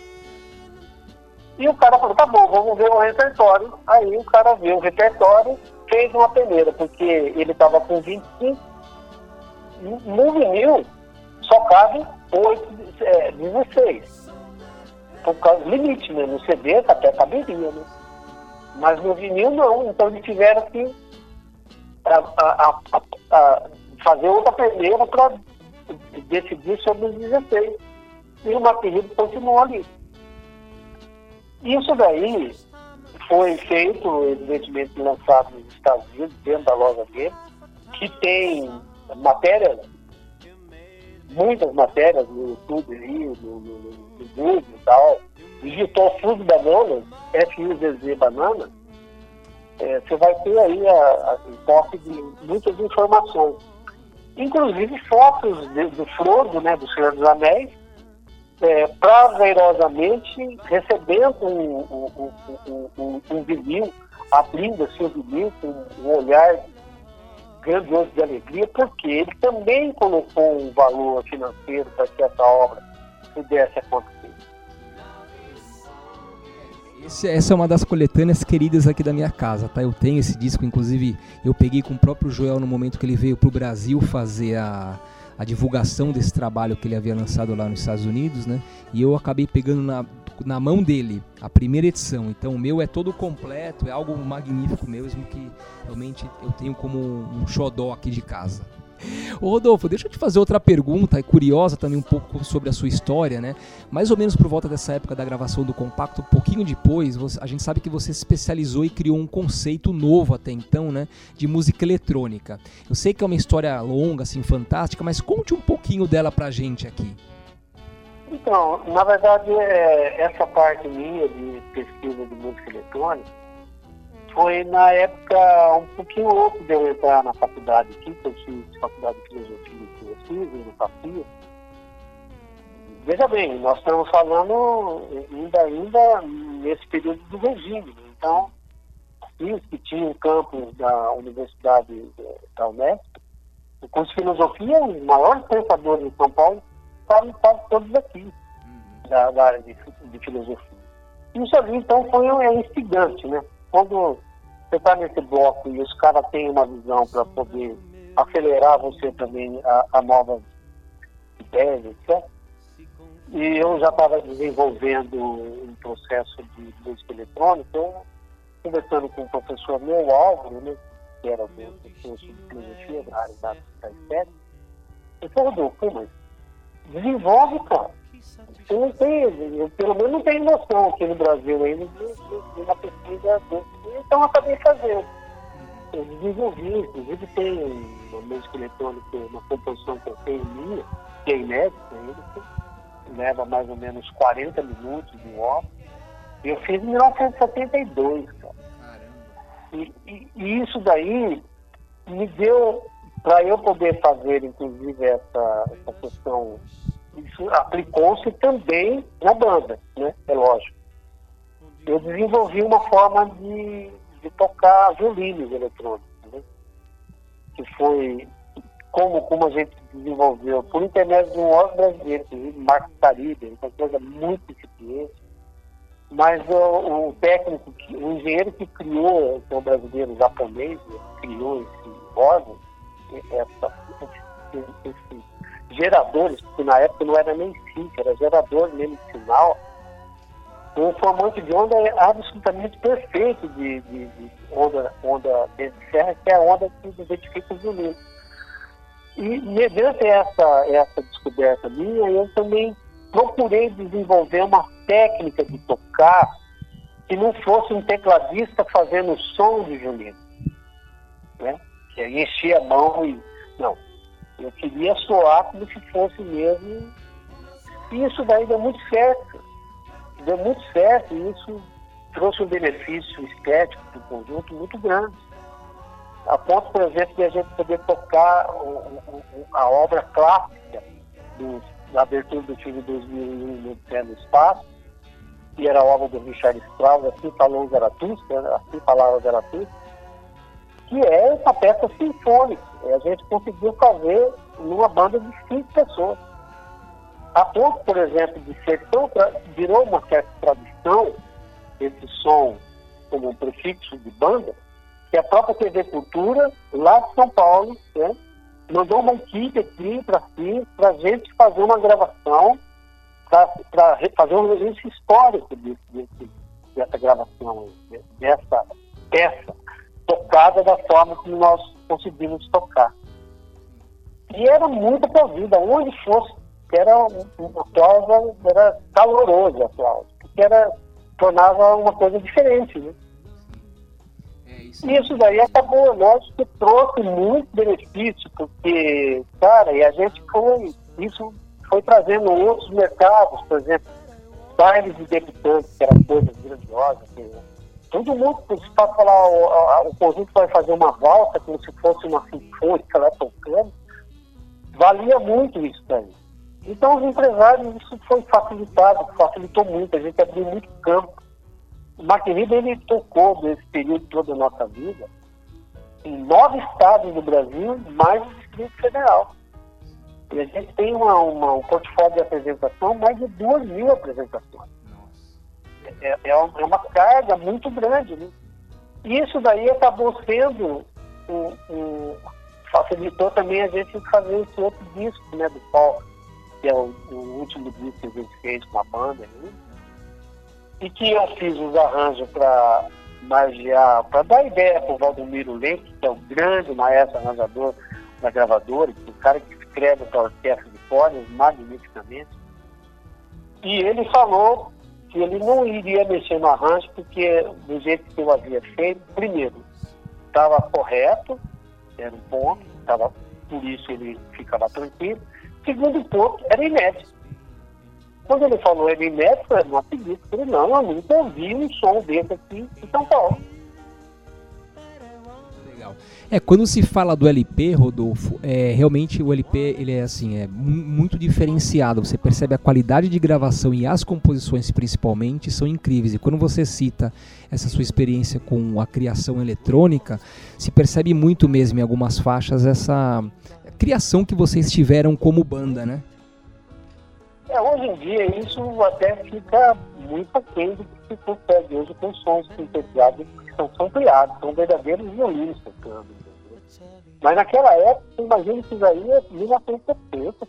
E o cara falou, tá bom, vamos ver o repertório. Aí o cara viu o repertório, fez uma peneira, porque ele estava com vinte e cinco, no vinil só cabe oito, é, dezesseis. Por causa do limite, né? No C D até caberia, né? Mas no vinil não, então eles tiveram que a, a, a, a fazer outra peneira para decidir sobre os dezesseis. E o Maquinedo continuou ali. Isso daí foi feito, evidentemente, lançado nos Estados Unidos, dentro da loja dele, que tem matérias, muitas matérias no YouTube aí, no, no, no Google e tal. Digitou Fuzz Bananas, F U Z Z Banana, é, você vai ter aí a, a, a toque de muitas informações. Inclusive fotos de, do Frodo, né, do Senhor dos Anéis, é, prazerosamente recebendo um, um, um, um, um vinil, abrindo assim o vinil com um olhar grandioso de alegria, porque ele também colocou um valor financeiro para que essa obra pudesse acontecer. Esse, essa é uma das coletâneas queridas aqui da minha casa, tá? Eu tenho esse disco, inclusive eu peguei com o próprio Joel no momento que ele veio para o Brasil fazer a, a divulgação desse trabalho que ele havia lançado lá nos Estados Unidos, né? E eu acabei pegando na, na mão dele a primeira edição. Então o meu é todo completo, é algo magnífico mesmo, que realmente eu tenho como um xodó aqui de casa. Ô Rodolfo, deixa eu te fazer outra pergunta, é curiosa também um pouco sobre a sua história, né? Mais ou menos por volta dessa época da gravação do compacto, um pouquinho depois, você, a gente sabe que você se especializou e criou um conceito novo até então, né? De música eletrônica. Eu sei que é uma história longa, assim, fantástica, mas conte um pouquinho dela pra gente aqui. Então, na verdade, é, essa parte minha de pesquisa de música eletrônica foi na época um pouquinho antes de eu entrar na faculdade aqui, que eu fiz faculdade de filosofia e pesquisa no Capia. Veja bem, nós estamos falando ainda, ainda nesse período do regime. Então, os que tinham campus da Universidade da Unesp, o curso de filosofia, os maiores pensadores de São Paulo estavam quase todos aqui, da, da área de, de filosofia. Isso ali, então, foi um instigante, né? Quando você está nesse bloco e os caras têm uma visão para poder acelerar você também a, a novas ideias, etcétera. E eu já estava desenvolvendo um processo de música eletrônica, eu, conversando com o professor meu, Álvaro, né, que era o meu curso de filosofia da área da estética, ele falou, Rodolfo, mas desenvolve, cara. Você não tem, eu, pelo menos não tenho noção aqui no Brasil ainda de, de, de uma pesquisa desse. Então eu acabei fazendo. Eu desenvolvi, inclusive tem uma música eletrônica, uma composição que eu tenho minha, que é inédita ainda, que leva mais ou menos quarenta minutos de ópera. Eu fiz em mil novecentos e setenta e dois, cara. E, e, e isso daí me deu, para eu poder fazer, inclusive, essa, essa questão, isso aplicou-se também na banda, né? É lógico. Eu desenvolvi uma forma de, de tocar violinos eletrônicos, né? Que foi como, como a gente desenvolveu, por intermédio de um órgão brasileiro, inclusive Marcos Caribe, uma coisa muito incipiente. Mas o, o técnico, o engenheiro que criou, que é um brasileiro japonês, criou esse órgão, essa, esse, esse geradores, porque na época não era nem SIC, era gerador mesmo de sinal, um formante de onda é absolutamente perfeito de, de, de onda, onda de serra, que é a onda que identifica os violinos. E mediante essa, essa descoberta minha, eu também procurei desenvolver uma técnica de tocar que não fosse um tecladista fazendo som de violino, né? Que aí enchia a mão e... Não, eu queria soar como se fosse mesmo... E isso daí deu muito certo. Deu muito certo e isso trouxe um benefício estético para o conjunto muito grande. A ponto, por exemplo, de a gente poder tocar o, o, a obra clássica dos da abertura do filme dois mil e um, No Pé no Espaço, que era a obra do Richard Strauss, Assim Falou Zaratustra, né? Assim Falava Zaratustra, que é uma peça sinfônica. A gente conseguiu fazer numa banda de cinco pessoas. A ponto, por exemplo, de ser tão... virou uma certa tradição esse som como um prefixo de banda, que a própria T V Cultura, lá de São Paulo, né, mandou uma equipe aqui para si, para a gente fazer uma gravação, para fazer um registro histórico desse, desse, dessa gravação, dessa peça, tocada da forma como nós conseguimos tocar. E era muito aplaudida, onde fosse, era um aplauso, era caloroso o aplauso, porque era, tornava uma coisa diferente, né? E isso daí acabou, lógico, que trouxe muito benefício, porque, cara, e a gente foi, isso foi trazendo outros mercados, por exemplo, bailes de debutantes, que era coisa grandiosa, assim, né? Todo mundo, se pode falar, o, o conjunto vai fazer uma valsa, como se fosse uma sinfônica lá tocando, valia muito isso daí. Então, os empresários, isso foi facilitado, facilitou muito, a gente abriu muito campo. O Maquinida, ele tocou nesse período todo da nossa vida em nove estados do Brasil, mais o Distrito Federal. E a gente tem uma, uma, um portfólio de apresentação, mais de duas mil apresentações. É, é uma carga muito grande, né? E isso daí acabou sendo, um, um, facilitou também a gente fazer esse outro disco, né, do Paulo, que é o, o último disco que a gente fez com a banda, né? E que eu fiz os arranjos para margear, para dar ideia para o Valdomiro Leite, que é o grande maestro arranjador da gravadora, que é o cara que escreve para a orquestra de cordas magnificamente. E ele falou que ele não iria mexer no arranjo, porque do jeito que eu havia feito, primeiro, estava correto, era um ponto, tava, por isso ele ficava tranquilo. Segundo ponto, era inédito. Quando ele falou ele inédito, eu não acredito. Ele não, eu nunca ouvi um som desse aqui em São Paulo. Legal. É, quando se fala do L P, Rodolfo, é, realmente o L P ele é assim, é muito diferenciado. Você percebe a qualidade de gravação e as composições principalmente são incríveis. E quando você cita essa sua experiência com a criação eletrônica, se percebe muito mesmo em algumas faixas essa criação que vocês tiveram como banda, né? É, hoje em dia isso até fica muito aquém do que se consegue hoje com sons sintetizados que são ampliados, são verdadeiros violinos tocando. Mas naquela época, você imagina que isso aí é mil novecentos e setenta.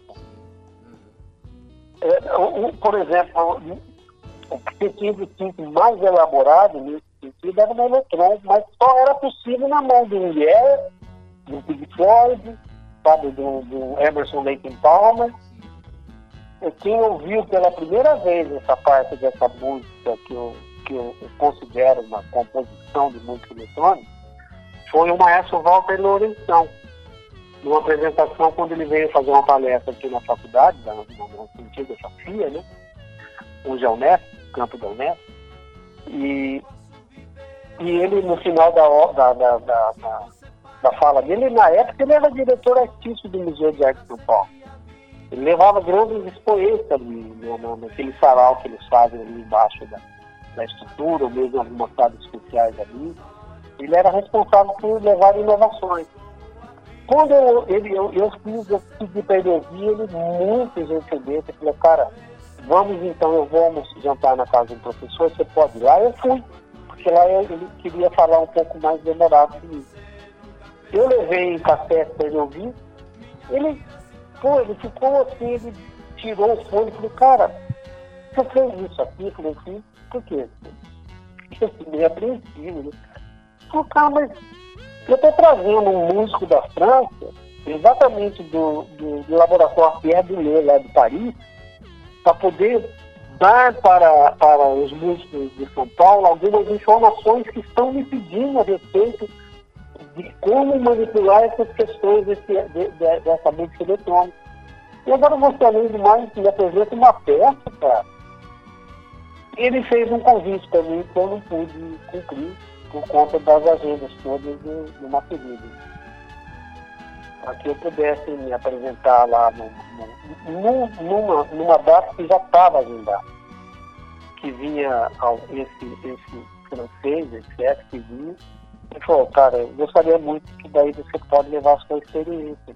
É, o, o, por exemplo, o que tinha de tinta mais elaborado nesse sentido era no eletrônico, mas só era possível na mão do Mulher, do Pink Floyd, sabe, do, do Emerson Lake and Palmer. quem ouviu pela primeira vez essa parte dessa música que eu, que eu considero uma composição de música eletrônica foi o maestro Walter Lourenção, numa apresentação quando ele veio fazer uma palestra aqui na faculdade, na, na, na antiga Fafia, né? Hoje é o Unesp, campo da Unesp. E, e ele, no final da, da, da, da, da, da fala dele, na época ele era diretor artístico do Museu de Arte de São Paulo. Ele levava grandes expoentes ali, né, naquele sarau que eles fazem ali embaixo da, da estrutura, ou mesmo algumas salas especiais ali. Ele era responsável por levar inovações. Quando eu, ele, eu, eu fiz, eu pedi para ele ouvir, ele muito gentilmente, ele falou, cara, vamos então, eu vou jantar na casa do professor, você pode ir lá? Eu fui, porque lá ele queria falar um pouco mais demorado comigo. Eu levei em cassete para ele ouvir, ele, pô, ele ficou assim, ele tirou o fone e falou, cara, você fez isso aqui? Eu falei, sim, por quê? Eu fiquei meio apreensivo, né? Eu falei, cara, mas eu estou trazendo um músico da França, exatamente do, do, do laboratório Pierre Boulez, lá de Paris, para poder dar para, para os músicos de São Paulo algumas informações que estão me pedindo a respeito de como manipular essas questões desse, de, de, dessa música eletrônica. E agora você, além de mais, me apresenta uma peça, cara. Ele fez um convite para mim que eu não pude cumprir por conta das agendas todas do, do Maquerido. Para que eu pudesse me apresentar lá no, no, numa, numa data que já estava agendada. Que vinha esse, esse francês, esse chefe que vinha, e falou, cara, eu gostaria muito que daí você pode levar a sua experiência.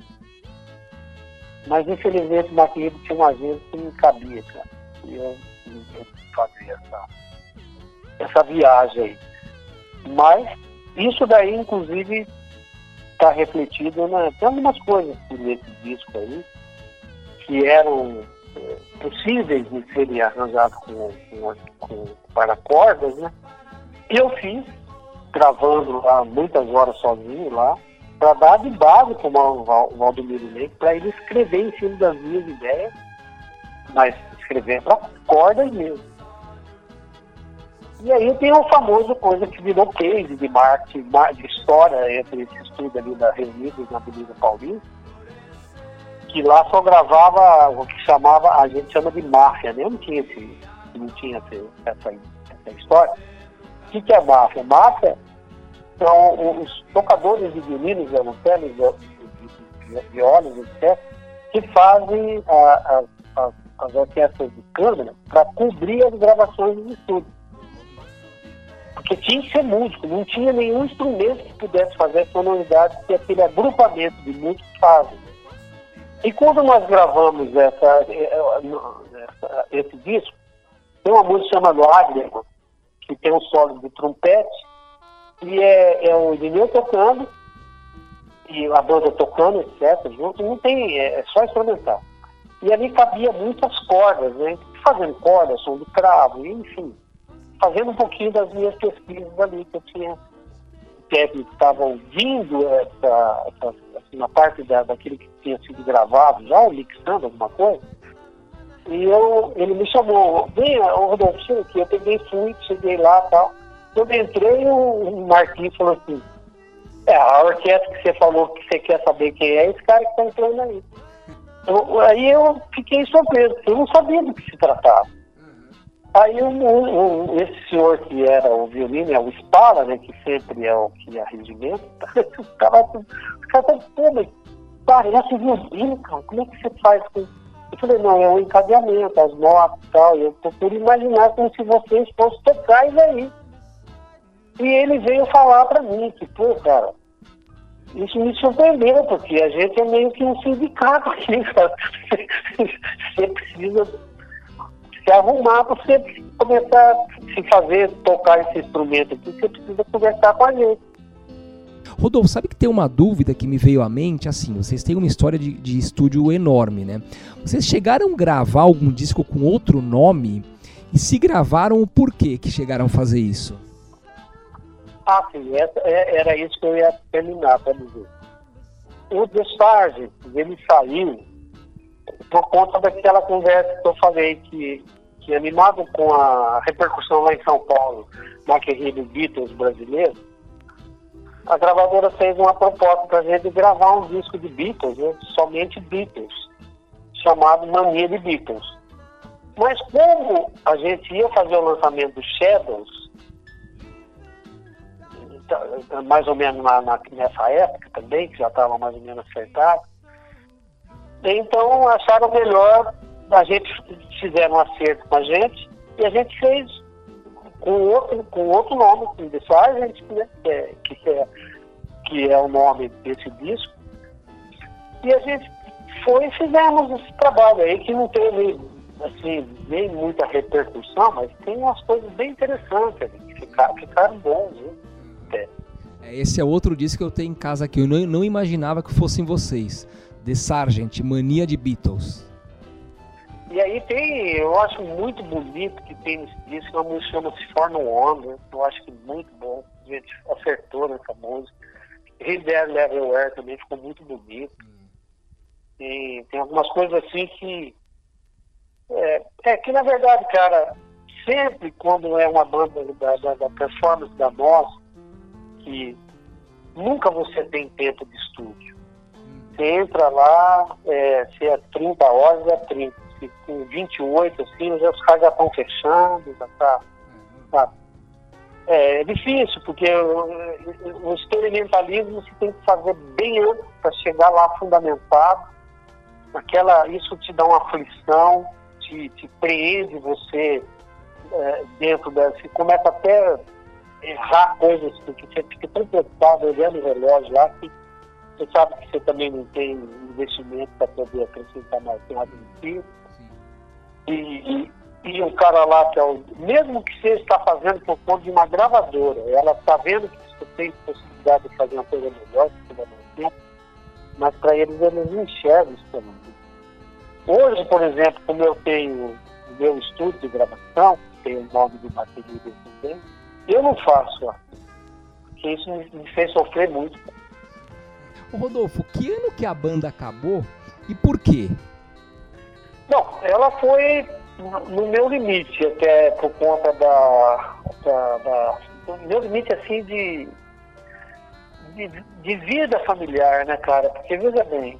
Mas infelizmente o Maquerido tinha uma agenda que não cabia, cara. E eu não pude fazer essa, essa viagem aí. Mas isso daí, inclusive, está refletido na, tem algumas coisas nesse disco aí que eram é, possíveis de serem arranjadas com, com, com paracordas, né? E eu fiz, gravando lá muitas horas sozinho lá, para dar de base para o Valdomiro Leite, para ele escrever em cima das minhas ideias, mas escrever para cordas mesmo. E aí tem o famoso coisa que virou case de marketing, de história entre esse estudo ali da Reunida e na Avenida Paulista, que lá só gravava o que chamava, a gente chama de máfia, né? Eu não tinha, esse, não tinha essa, essa história. O que, que é máfia? Máfia são os tocadores de violinos, violoncelos, violas, etcétera, que fazem a, a, a, as orquestras de câmara para cobrir as gravações do estúdio. Porque tinha que ser músico, não tinha nenhum instrumento que pudesse fazer a sonoridade que aquele agrupamento de músicos fazem. E quando nós gravamos essa, essa, esse disco, tem uma música chamada Lágrima, que tem um solo de trompete, e é, é o Irineu tocando, e a banda tocando, etcétera, junto, não tem, é, é só instrumental. E ali cabia muitas cordas, né? Fazendo cordas, som de cravo, enfim. Fazendo um pouquinho das minhas pesquisas ali, que eu tinha técnico que estava ouvindo essa, essa, assim, na parte da, daquilo que tinha sido gravado, já ou mixando alguma coisa, e eu, ele me chamou, venha, Rodolfo, chega aqui, eu peguei, fui, cheguei lá e tal. Quando eu entrei, o Marquinhos falou assim, é, a orquestra que você falou que você quer saber quem é, esse cara que está entrando aí. Eu, aí eu fiquei surpreso, porque eu não sabia do que se tratava. Aí um, um, esse senhor que era o violino, é o Spala, né, que sempre é o que arregimento, os caras estavam, pô, mas parece violino, cara, como é que você faz com isso? Eu falei, não, é um encadeamento, as notas e tal, eu procuro imaginar como se vocês fossem tocar isso aí. E ele veio falar pra mim que, pô, cara, isso me surpreendeu, porque a gente é meio que um sindicato aqui, cara. Você precisa se arrumar para você começar a se fazer, tocar esse instrumento aqui, você precisa conversar com a gente. Rodolfo, sabe que tem uma dúvida que me veio à mente? Assim, vocês têm uma história de, de estúdio enorme, né? Vocês chegaram a gravar algum disco com outro nome? E se gravaram, o porquê que chegaram a fazer isso? Ah, sim, essa, era isso que eu ia terminar para dizer. O Desfarge, ele saiu por conta daquela conversa que eu falei, que, que animado com a repercussão lá em São Paulo, na querida Beatles brasileiro, a gravadora fez uma proposta para a gente gravar um disco de Beatles, né, somente Beatles, chamado Mania de Beatles. Mas como a gente ia fazer o lançamento do Shadows, mais ou menos na, na, nessa época também, que já estava mais ou menos acertado, então acharam melhor, a gente fizer um acerto com a gente, e a gente fez com outro, com outro nome, com The Sargent, né, que, é, que, é, que é o nome desse disco, e a gente foi e fizemos esse trabalho aí, que não teve assim, nem muita repercussão, mas tem umas coisas bem interessantes ali, que ficaram, ficaram bons, né? É. Esse é outro disco que eu tenho em casa aqui. Eu não, não imaginava que fossem vocês. The Sargent, Mania de Beatles. E aí tem, eu acho muito bonito que tem nesse disco, uma música chama-se For No One, né? Eu acho que muito bom. A gente acertou nessa música. Hey There, Everywhere também ficou muito bonito. E tem algumas coisas assim que... É, é que na verdade, cara, sempre quando é uma banda da, da, da performance da nossa, que nunca você tem tempo de estúdio. Você entra lá, é, se é trinta horas, é trinta. Se com vinte e oito, assim, já, os caras já estão fechando, já tá, tá. É, é difícil, porque o, o experimentalismo você tem que fazer bem antes para chegar lá fundamentado. Aquela, isso te dá uma aflição, te, te prende você é, dentro da... Você começa até errar coisas, porque você fica tão preocupado olhando o relógio lá que você sabe que você também não tem investimento para poder acrescentar mais nada no fio. E, e, e o cara lá, que é o, mesmo que você está fazendo por conta de uma gravadora, ela está vendo que você tem possibilidade de fazer uma coisa melhor, que você vai mais tempo, mas para eles, eles não enxergam isso também. Hoje, por exemplo, como eu tenho o meu estúdio de gravação, tem o nome do baterista também, eu não faço, ó, porque isso me fez sofrer muito. Ô Rodolfo, que ano que a banda acabou e por quê? Bom, ela foi no meu limite, até por conta da... da, da do meu limite, assim, de, de, de vida familiar, né, cara? Porque, veja bem,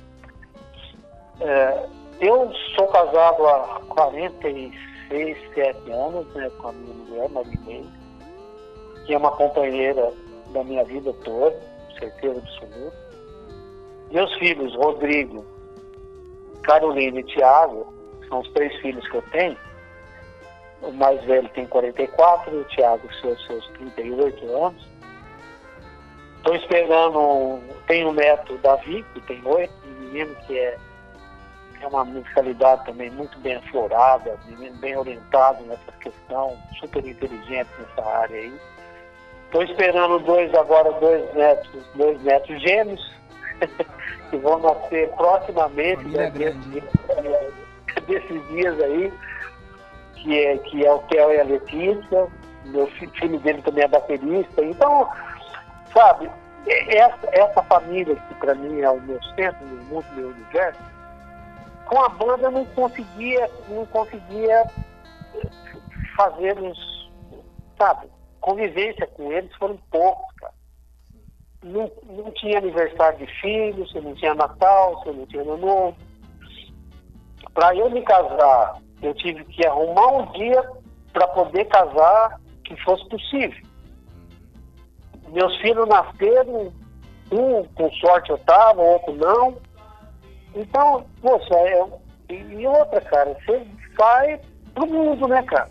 é, eu sou casado há quarenta e seis, sete anos, né, com a minha mulher, Marilene, que é uma companheira da minha vida toda, certeza absoluta. Meus filhos, Rodrigo, Carolina e Tiago, são os três filhos que eu tenho. O mais velho tem quarenta e quatro, o Tiago seus, seus trinta e oito anos. Estou esperando, tenho um neto, Davi, que tem oito, um menino que é, é uma musicalidade também muito bem aflorada, menino bem orientado nessa questão, super inteligente nessa área aí. Estou esperando dois agora, dois netos, dois netos gêmeos, que vão nascer proximamente, né, desses, desses dias aí, que é, que é o Theo e a Letícia. Meu filho, filho dele também é baterista. Então, sabe, essa, essa família que para mim é o meu centro, o mundo, meu universo, com a banda eu não conseguia, não conseguia fazer uns, sabe, convivência com eles foram poucos, cara. Não, não tinha aniversário de filho, você não tinha Natal, você não tinha Ano Novo. Para eu me casar, eu tive que arrumar um dia para poder casar que fosse possível. Meus filhos nasceram, um com sorte eu estava, o outro não. Então, poxa, eu, e outra, cara, você vai pro mundo, né, cara?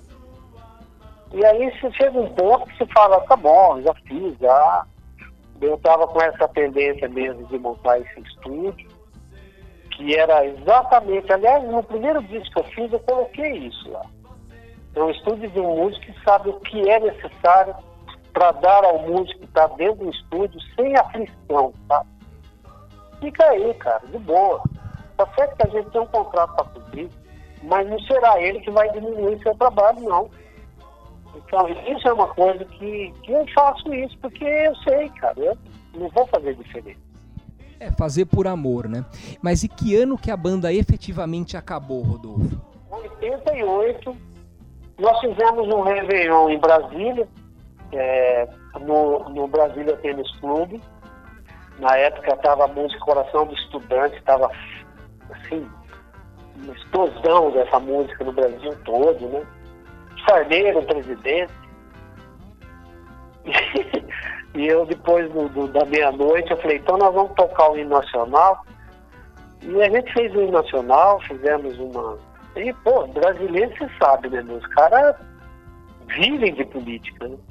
E aí você chega um ponto que você fala, tá bom, já fiz, já. Eu estava com essa tendência mesmo de montar esse estúdio, que era exatamente, aliás, no primeiro disco que eu fiz, eu coloquei isso lá. É um estúdio de um músico que sabe o que é necessário para dar ao músico que está dentro do estúdio sem aflição, tá? Fica aí, cara, de boa. Tá certo que a gente tem um contrato para cumprir, mas não será ele que vai diminuir seu trabalho, não. Então, isso é uma coisa que, que eu faço isso, porque eu sei, cara, eu não vou fazer diferente. É, fazer por amor, né? Mas e que ano que a banda efetivamente acabou, Rodolfo? Em oitenta e oito, nós fizemos um Réveillon em Brasília, é, no, no Brasília Tênis Clube. Na época estava a música Coração do Estudante, estava assim, uma explosão dessa música no Brasil todo, né? Sarneiro, presidente. E eu, depois do, do, da meia-noite, eu falei, então nós vamos tocar o hino nacional. E a gente fez o hino nacional, fizemos uma... E, pô, brasileiro, você sabe, né? Os caras vivem de política, né?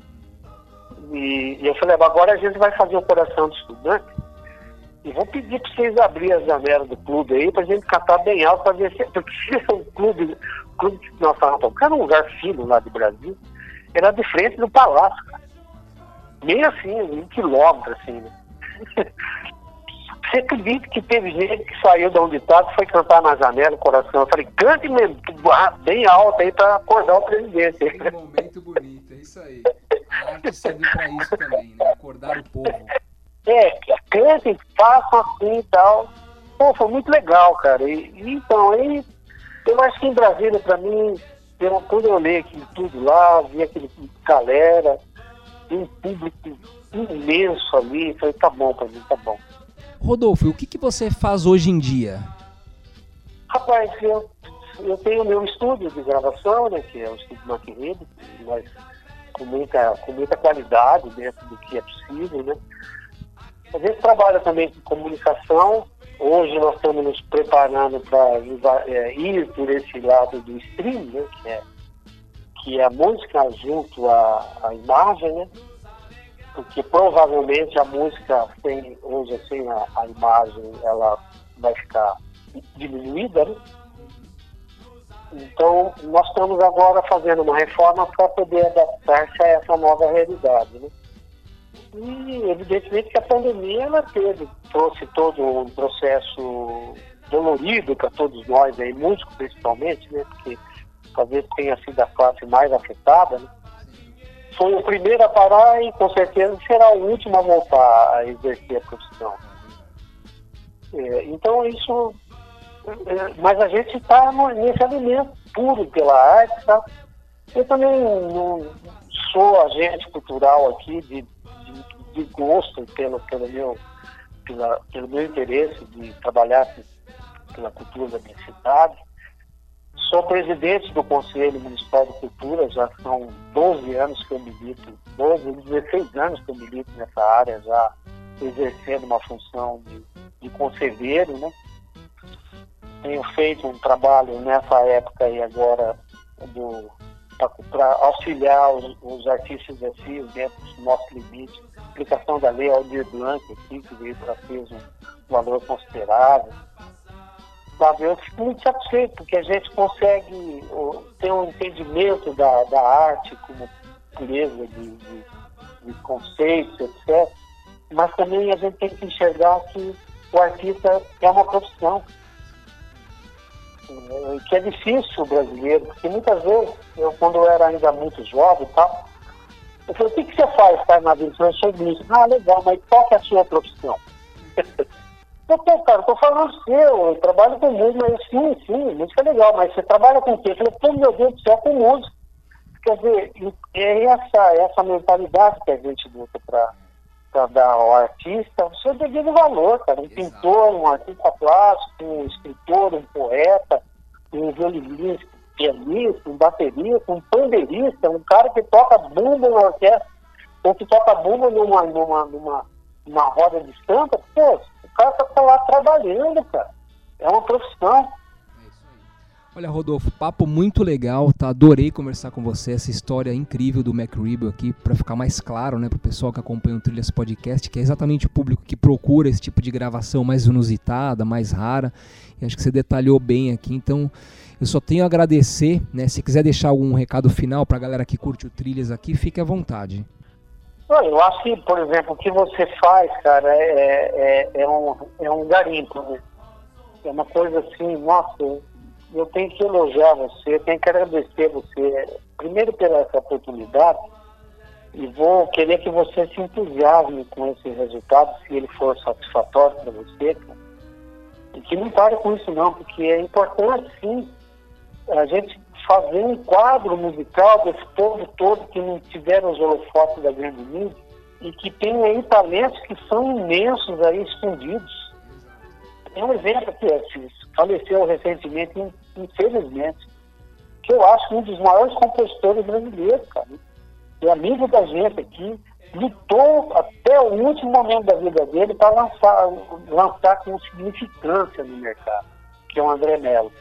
E, e eu falei, agora a gente vai fazer o Coração do Estudante e vou pedir para vocês abrirem as janelas do clube aí pra gente cantar bem alto pra ver se... Porque o clube, o clube que nós estávamos tocando, um lugar fino lá de Brasília, era de frente do palácio, cara. Meio assim, um quilômetro, assim, né? Você acredita que teve gente que saiu de onde estava e foi cantar na janela, o Coração? Eu falei, cante mesmo, bem alto aí para acordar o presidente. É um momento bonito, é isso aí. A arte serve para isso também, né? Acordar o povo. É, cantem, façam assim e tal. Pô, foi muito legal, cara. E, e então, aí, eu acho que em Brasília, para mim, eu, quando eu olhei aquilo tudo lá, vi aquele galera, um público imenso ali, falei, tá bom pra mim, tá bom. Rodolfo, o que, que você faz hoje em dia? Rapaz, eu, eu tenho meu estúdio de gravação, né, que é o estúdio McRib, mas com muita, com muita qualidade dentro do que é possível, né. A gente trabalha também com comunicação. Hoje nós estamos nos preparando para é, ir por esse lado do stream, né, que é, que é a música junto à, à imagem, né. Porque provavelmente a música sem, hoje assim, a, a imagem ela vai ficar diminuída, né? Então nós estamos agora fazendo uma reforma para poder adaptar-se a essa nova realidade, né? E evidentemente que a pandemia ela teve, trouxe todo um processo dolorido para todos nós, aí, músicos principalmente, né? Porque talvez tenha sido a classe mais afetada, né? Foi o primeiro a parar e com certeza será o último a voltar a exercer a profissão. É, então isso, é, mas a gente está nesse alimento puro pela arte, tá? Eu também não sou agente cultural aqui de, de, de gosto pelo, pelo, meu, pela, pelo meu interesse de trabalhar pela cultura da minha cidade. Sou presidente do Conselho Municipal de Cultura, já são doze anos que eu milito, doze, dezesseis anos que eu milito nessa área, já exercendo uma função de, de conselheiro, né? Tenho feito um trabalho nessa época e agora para auxiliar os, os artistas de desafios dentro do nosso limite, aplicação da lei Aldir Blanc aqui, que veio para ter um valor considerável. Sabe, eu fico muito satisfeito, porque a gente consegue uh, ter um entendimento da, da arte como pureza de, de, de conceitos, etcétera. Mas também a gente tem que enxergar que o artista é uma profissão. Uh, que é difícil o brasileiro, porque muitas vezes, eu quando eu era ainda muito jovem e tal, eu falei, o que, que você faz, cara, na vida? Eu sou músico. Ah, legal, mas qual que é a sua profissão? Eu tô, cara, tô falando seu, eu trabalho com música, mas sim, sim, música é legal, mas você trabalha com o quê? Eu falei, pô, meu Deus do céu, com música. Quer dizer, é essa, essa mentalidade que a gente luta para dar ao artista o seu devido valor, cara. Um Exato. Pintor, um artista plástico, um escritor, um poeta, um violinista, um pianista, um baterista, um pandeirista, um cara que toca bumbo na orquestra, ou que toca bumbo numa, numa, numa, numa roda de samba, pô, o cara tá lá trabalhando, cara. É uma profissão. É isso aí. Olha, Rodolfo, papo muito legal, tá? Adorei conversar com você, essa história incrível do McRib aqui, para ficar mais claro, né, pro pessoal que acompanha o Trilhas Podcast, que é exatamente o público que procura esse tipo de gravação mais inusitada, mais rara, e acho que você detalhou bem aqui, então eu só tenho a agradecer, né? Se quiser deixar algum recado final pra galera que curte o Trilhas aqui, fique à vontade. Eu acho que, por exemplo, o que você faz, cara, é, é, é, um, é um garimpo, né? É uma coisa assim, nossa, eu tenho que elogiar você, eu tenho que agradecer você, primeiro pela essa oportunidade, e, e vou querer que você se entusiasme com esse resultado, se ele for satisfatório para você, cara. E que não pare com isso não, porque é importante sim a gente fazer um quadro musical desse povo todo que não tiveram os holofotes da grande mídia e que tem aí talentos que são imensos aí escondidos. Tem um exemplo aqui, assim, faleceu recentemente, infelizmente, que eu acho um dos maiores compositores brasileiros, cara. É amigo da gente aqui, lutou até o último momento da vida dele para lançar, lançar com significância no mercado, que é o André Melo.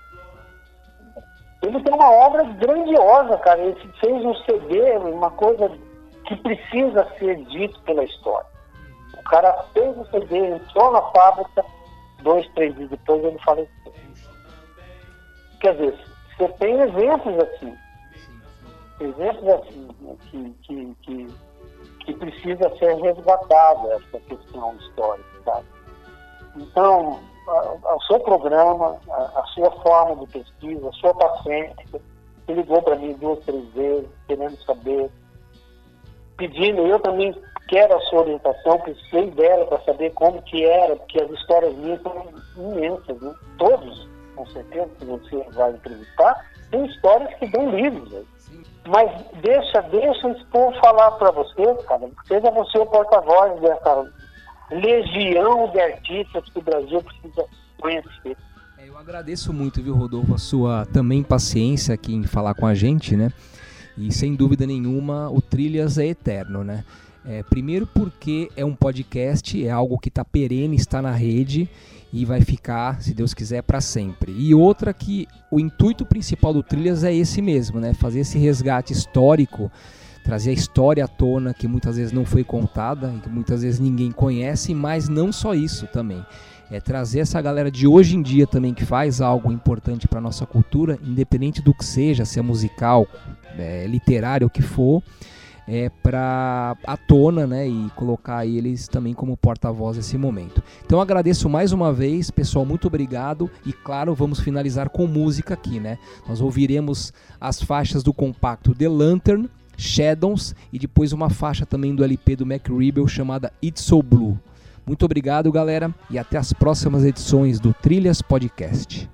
Ele tem uma obra grandiosa, cara. Ele fez um C D, uma coisa que precisa ser dito pela história. O cara fez um C D, entrou na fábrica, dois, três dias depois ele faleceu. Quer dizer, você tem exemplos assim. Exemplos assim, né, que, que, que, que precisa ser resgatada essa questão histórica, sabe? Então, o seu programa, a, a sua forma de pesquisa, a sua paciência, você ligou para mim duas, três vezes, querendo saber, pedindo, eu também quero a sua orientação, precisei dela para saber como que era, porque as histórias minhas são imensas, né? Todos, com certeza, que você vai entrevistar, tem histórias que dão livros, né? Mas deixa, deixa esse povo falar para você, cara, seja você o porta-voz dessa legião de artistas que o Brasil precisa conhecer. É, eu agradeço muito, viu, Rodolfo, a sua também paciência aqui em falar com a gente, né? E sem dúvida nenhuma o Trilhas é eterno, né? É, primeiro porque é um podcast, é algo que está perene, está na rede e vai ficar, se Deus quiser, para sempre. E outra que o intuito principal do Trilhas é esse mesmo, né? Fazer esse resgate histórico, trazer a história à tona que muitas vezes não foi contada, que muitas vezes ninguém conhece, mas não só isso também. É trazer essa galera de hoje em dia também que faz algo importante para a nossa cultura, independente do que seja, se é musical, é, literário, o que for, é, para à tona, né, e colocar eles também como porta-voz nesse momento. Então agradeço mais uma vez, pessoal, muito obrigado e claro, vamos finalizar com música aqui, né? Nós ouviremos as faixas do compacto The Lantern, Shadows e depois uma faixa também do L P do Mac Rebel chamada It's So Blue. Muito obrigado, galera, e até as próximas edições do Trilhas Podcast.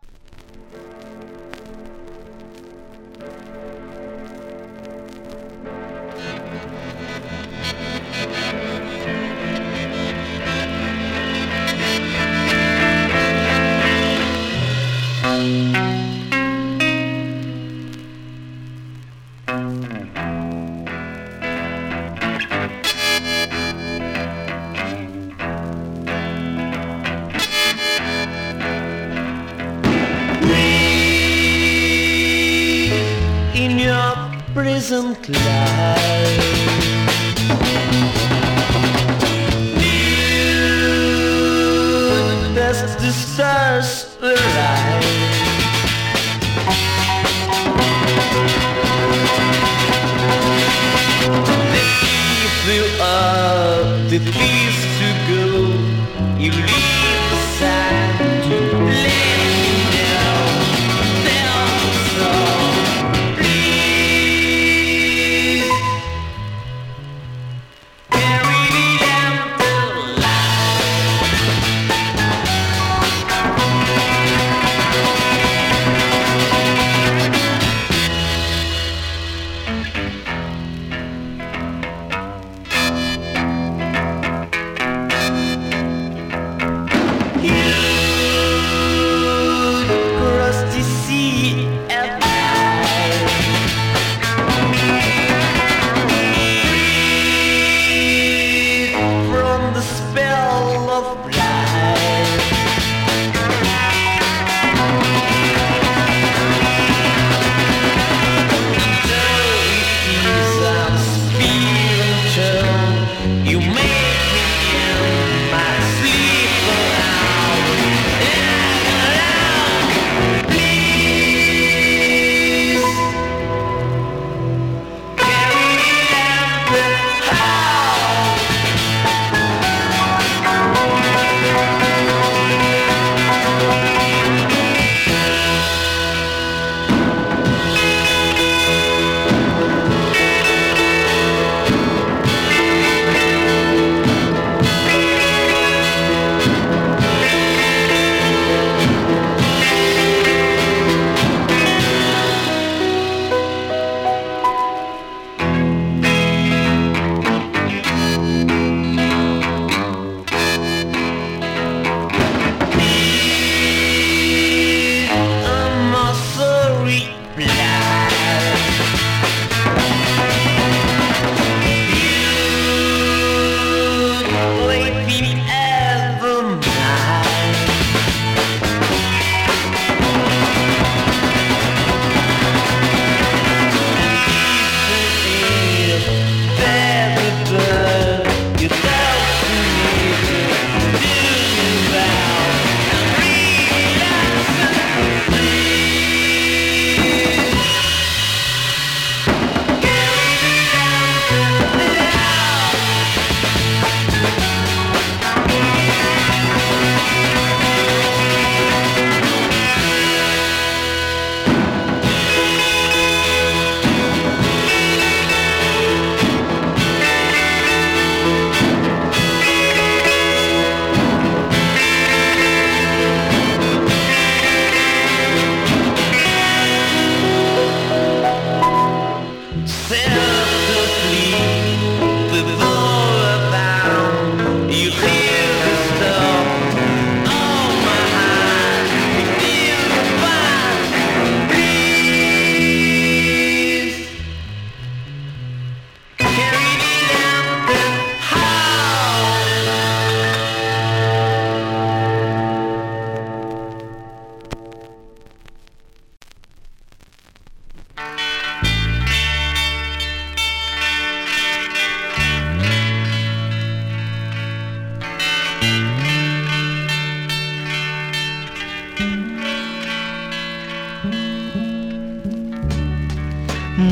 Present life, as the stars align, if you are the place to go, you leave the sand to let me down, down so.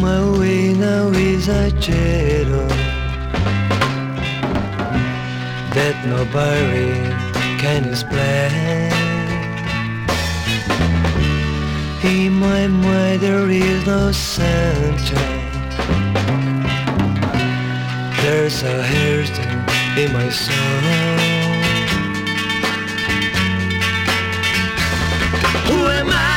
my way now is a shadow that nobody can explain. In my mind there is no sunshine. There's a hairstone in my soul. Who am I?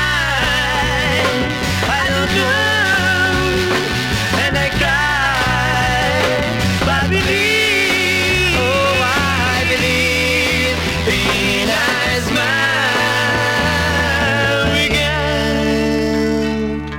I don't know. And I cry, but I believe, oh I believe in a smile again.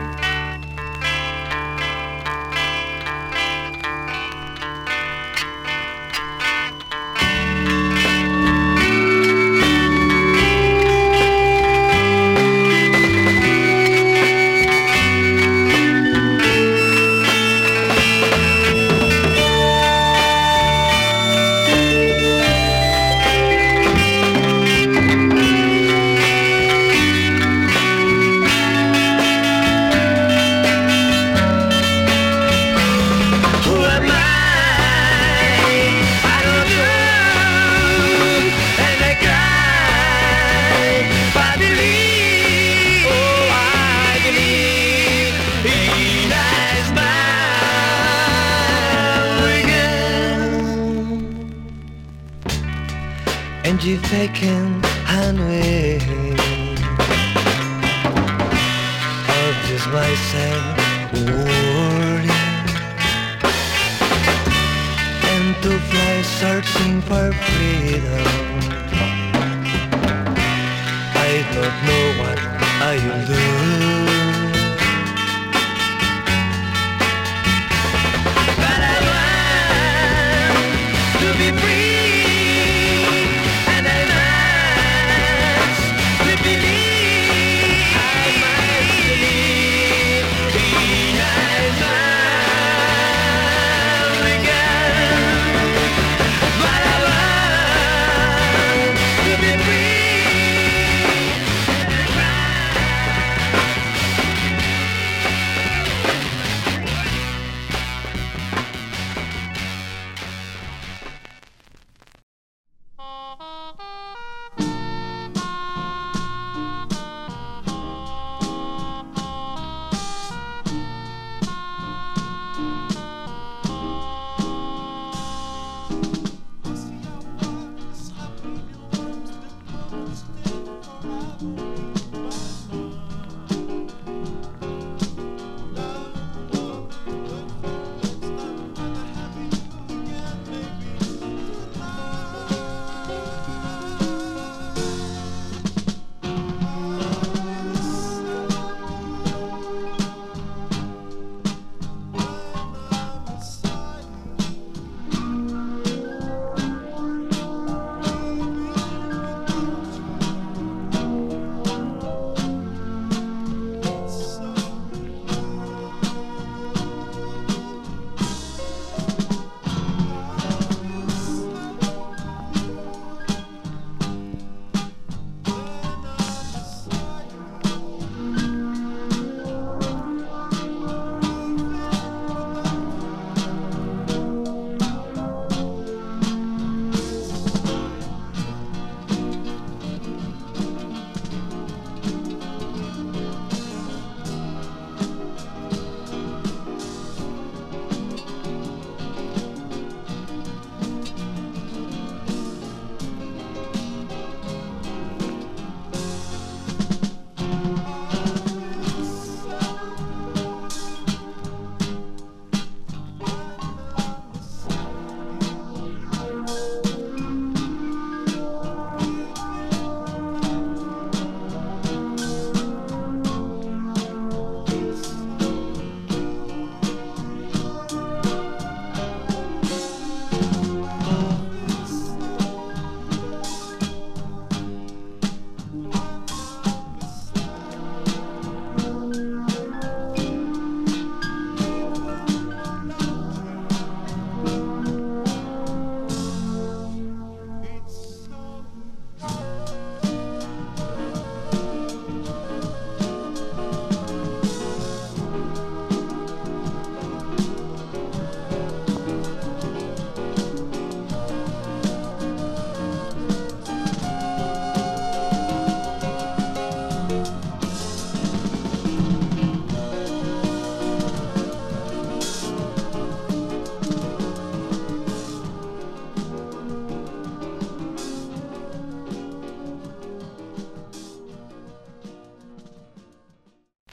And if I can handle of this myself worry and to fly searching for freedom, I don't know what I will do.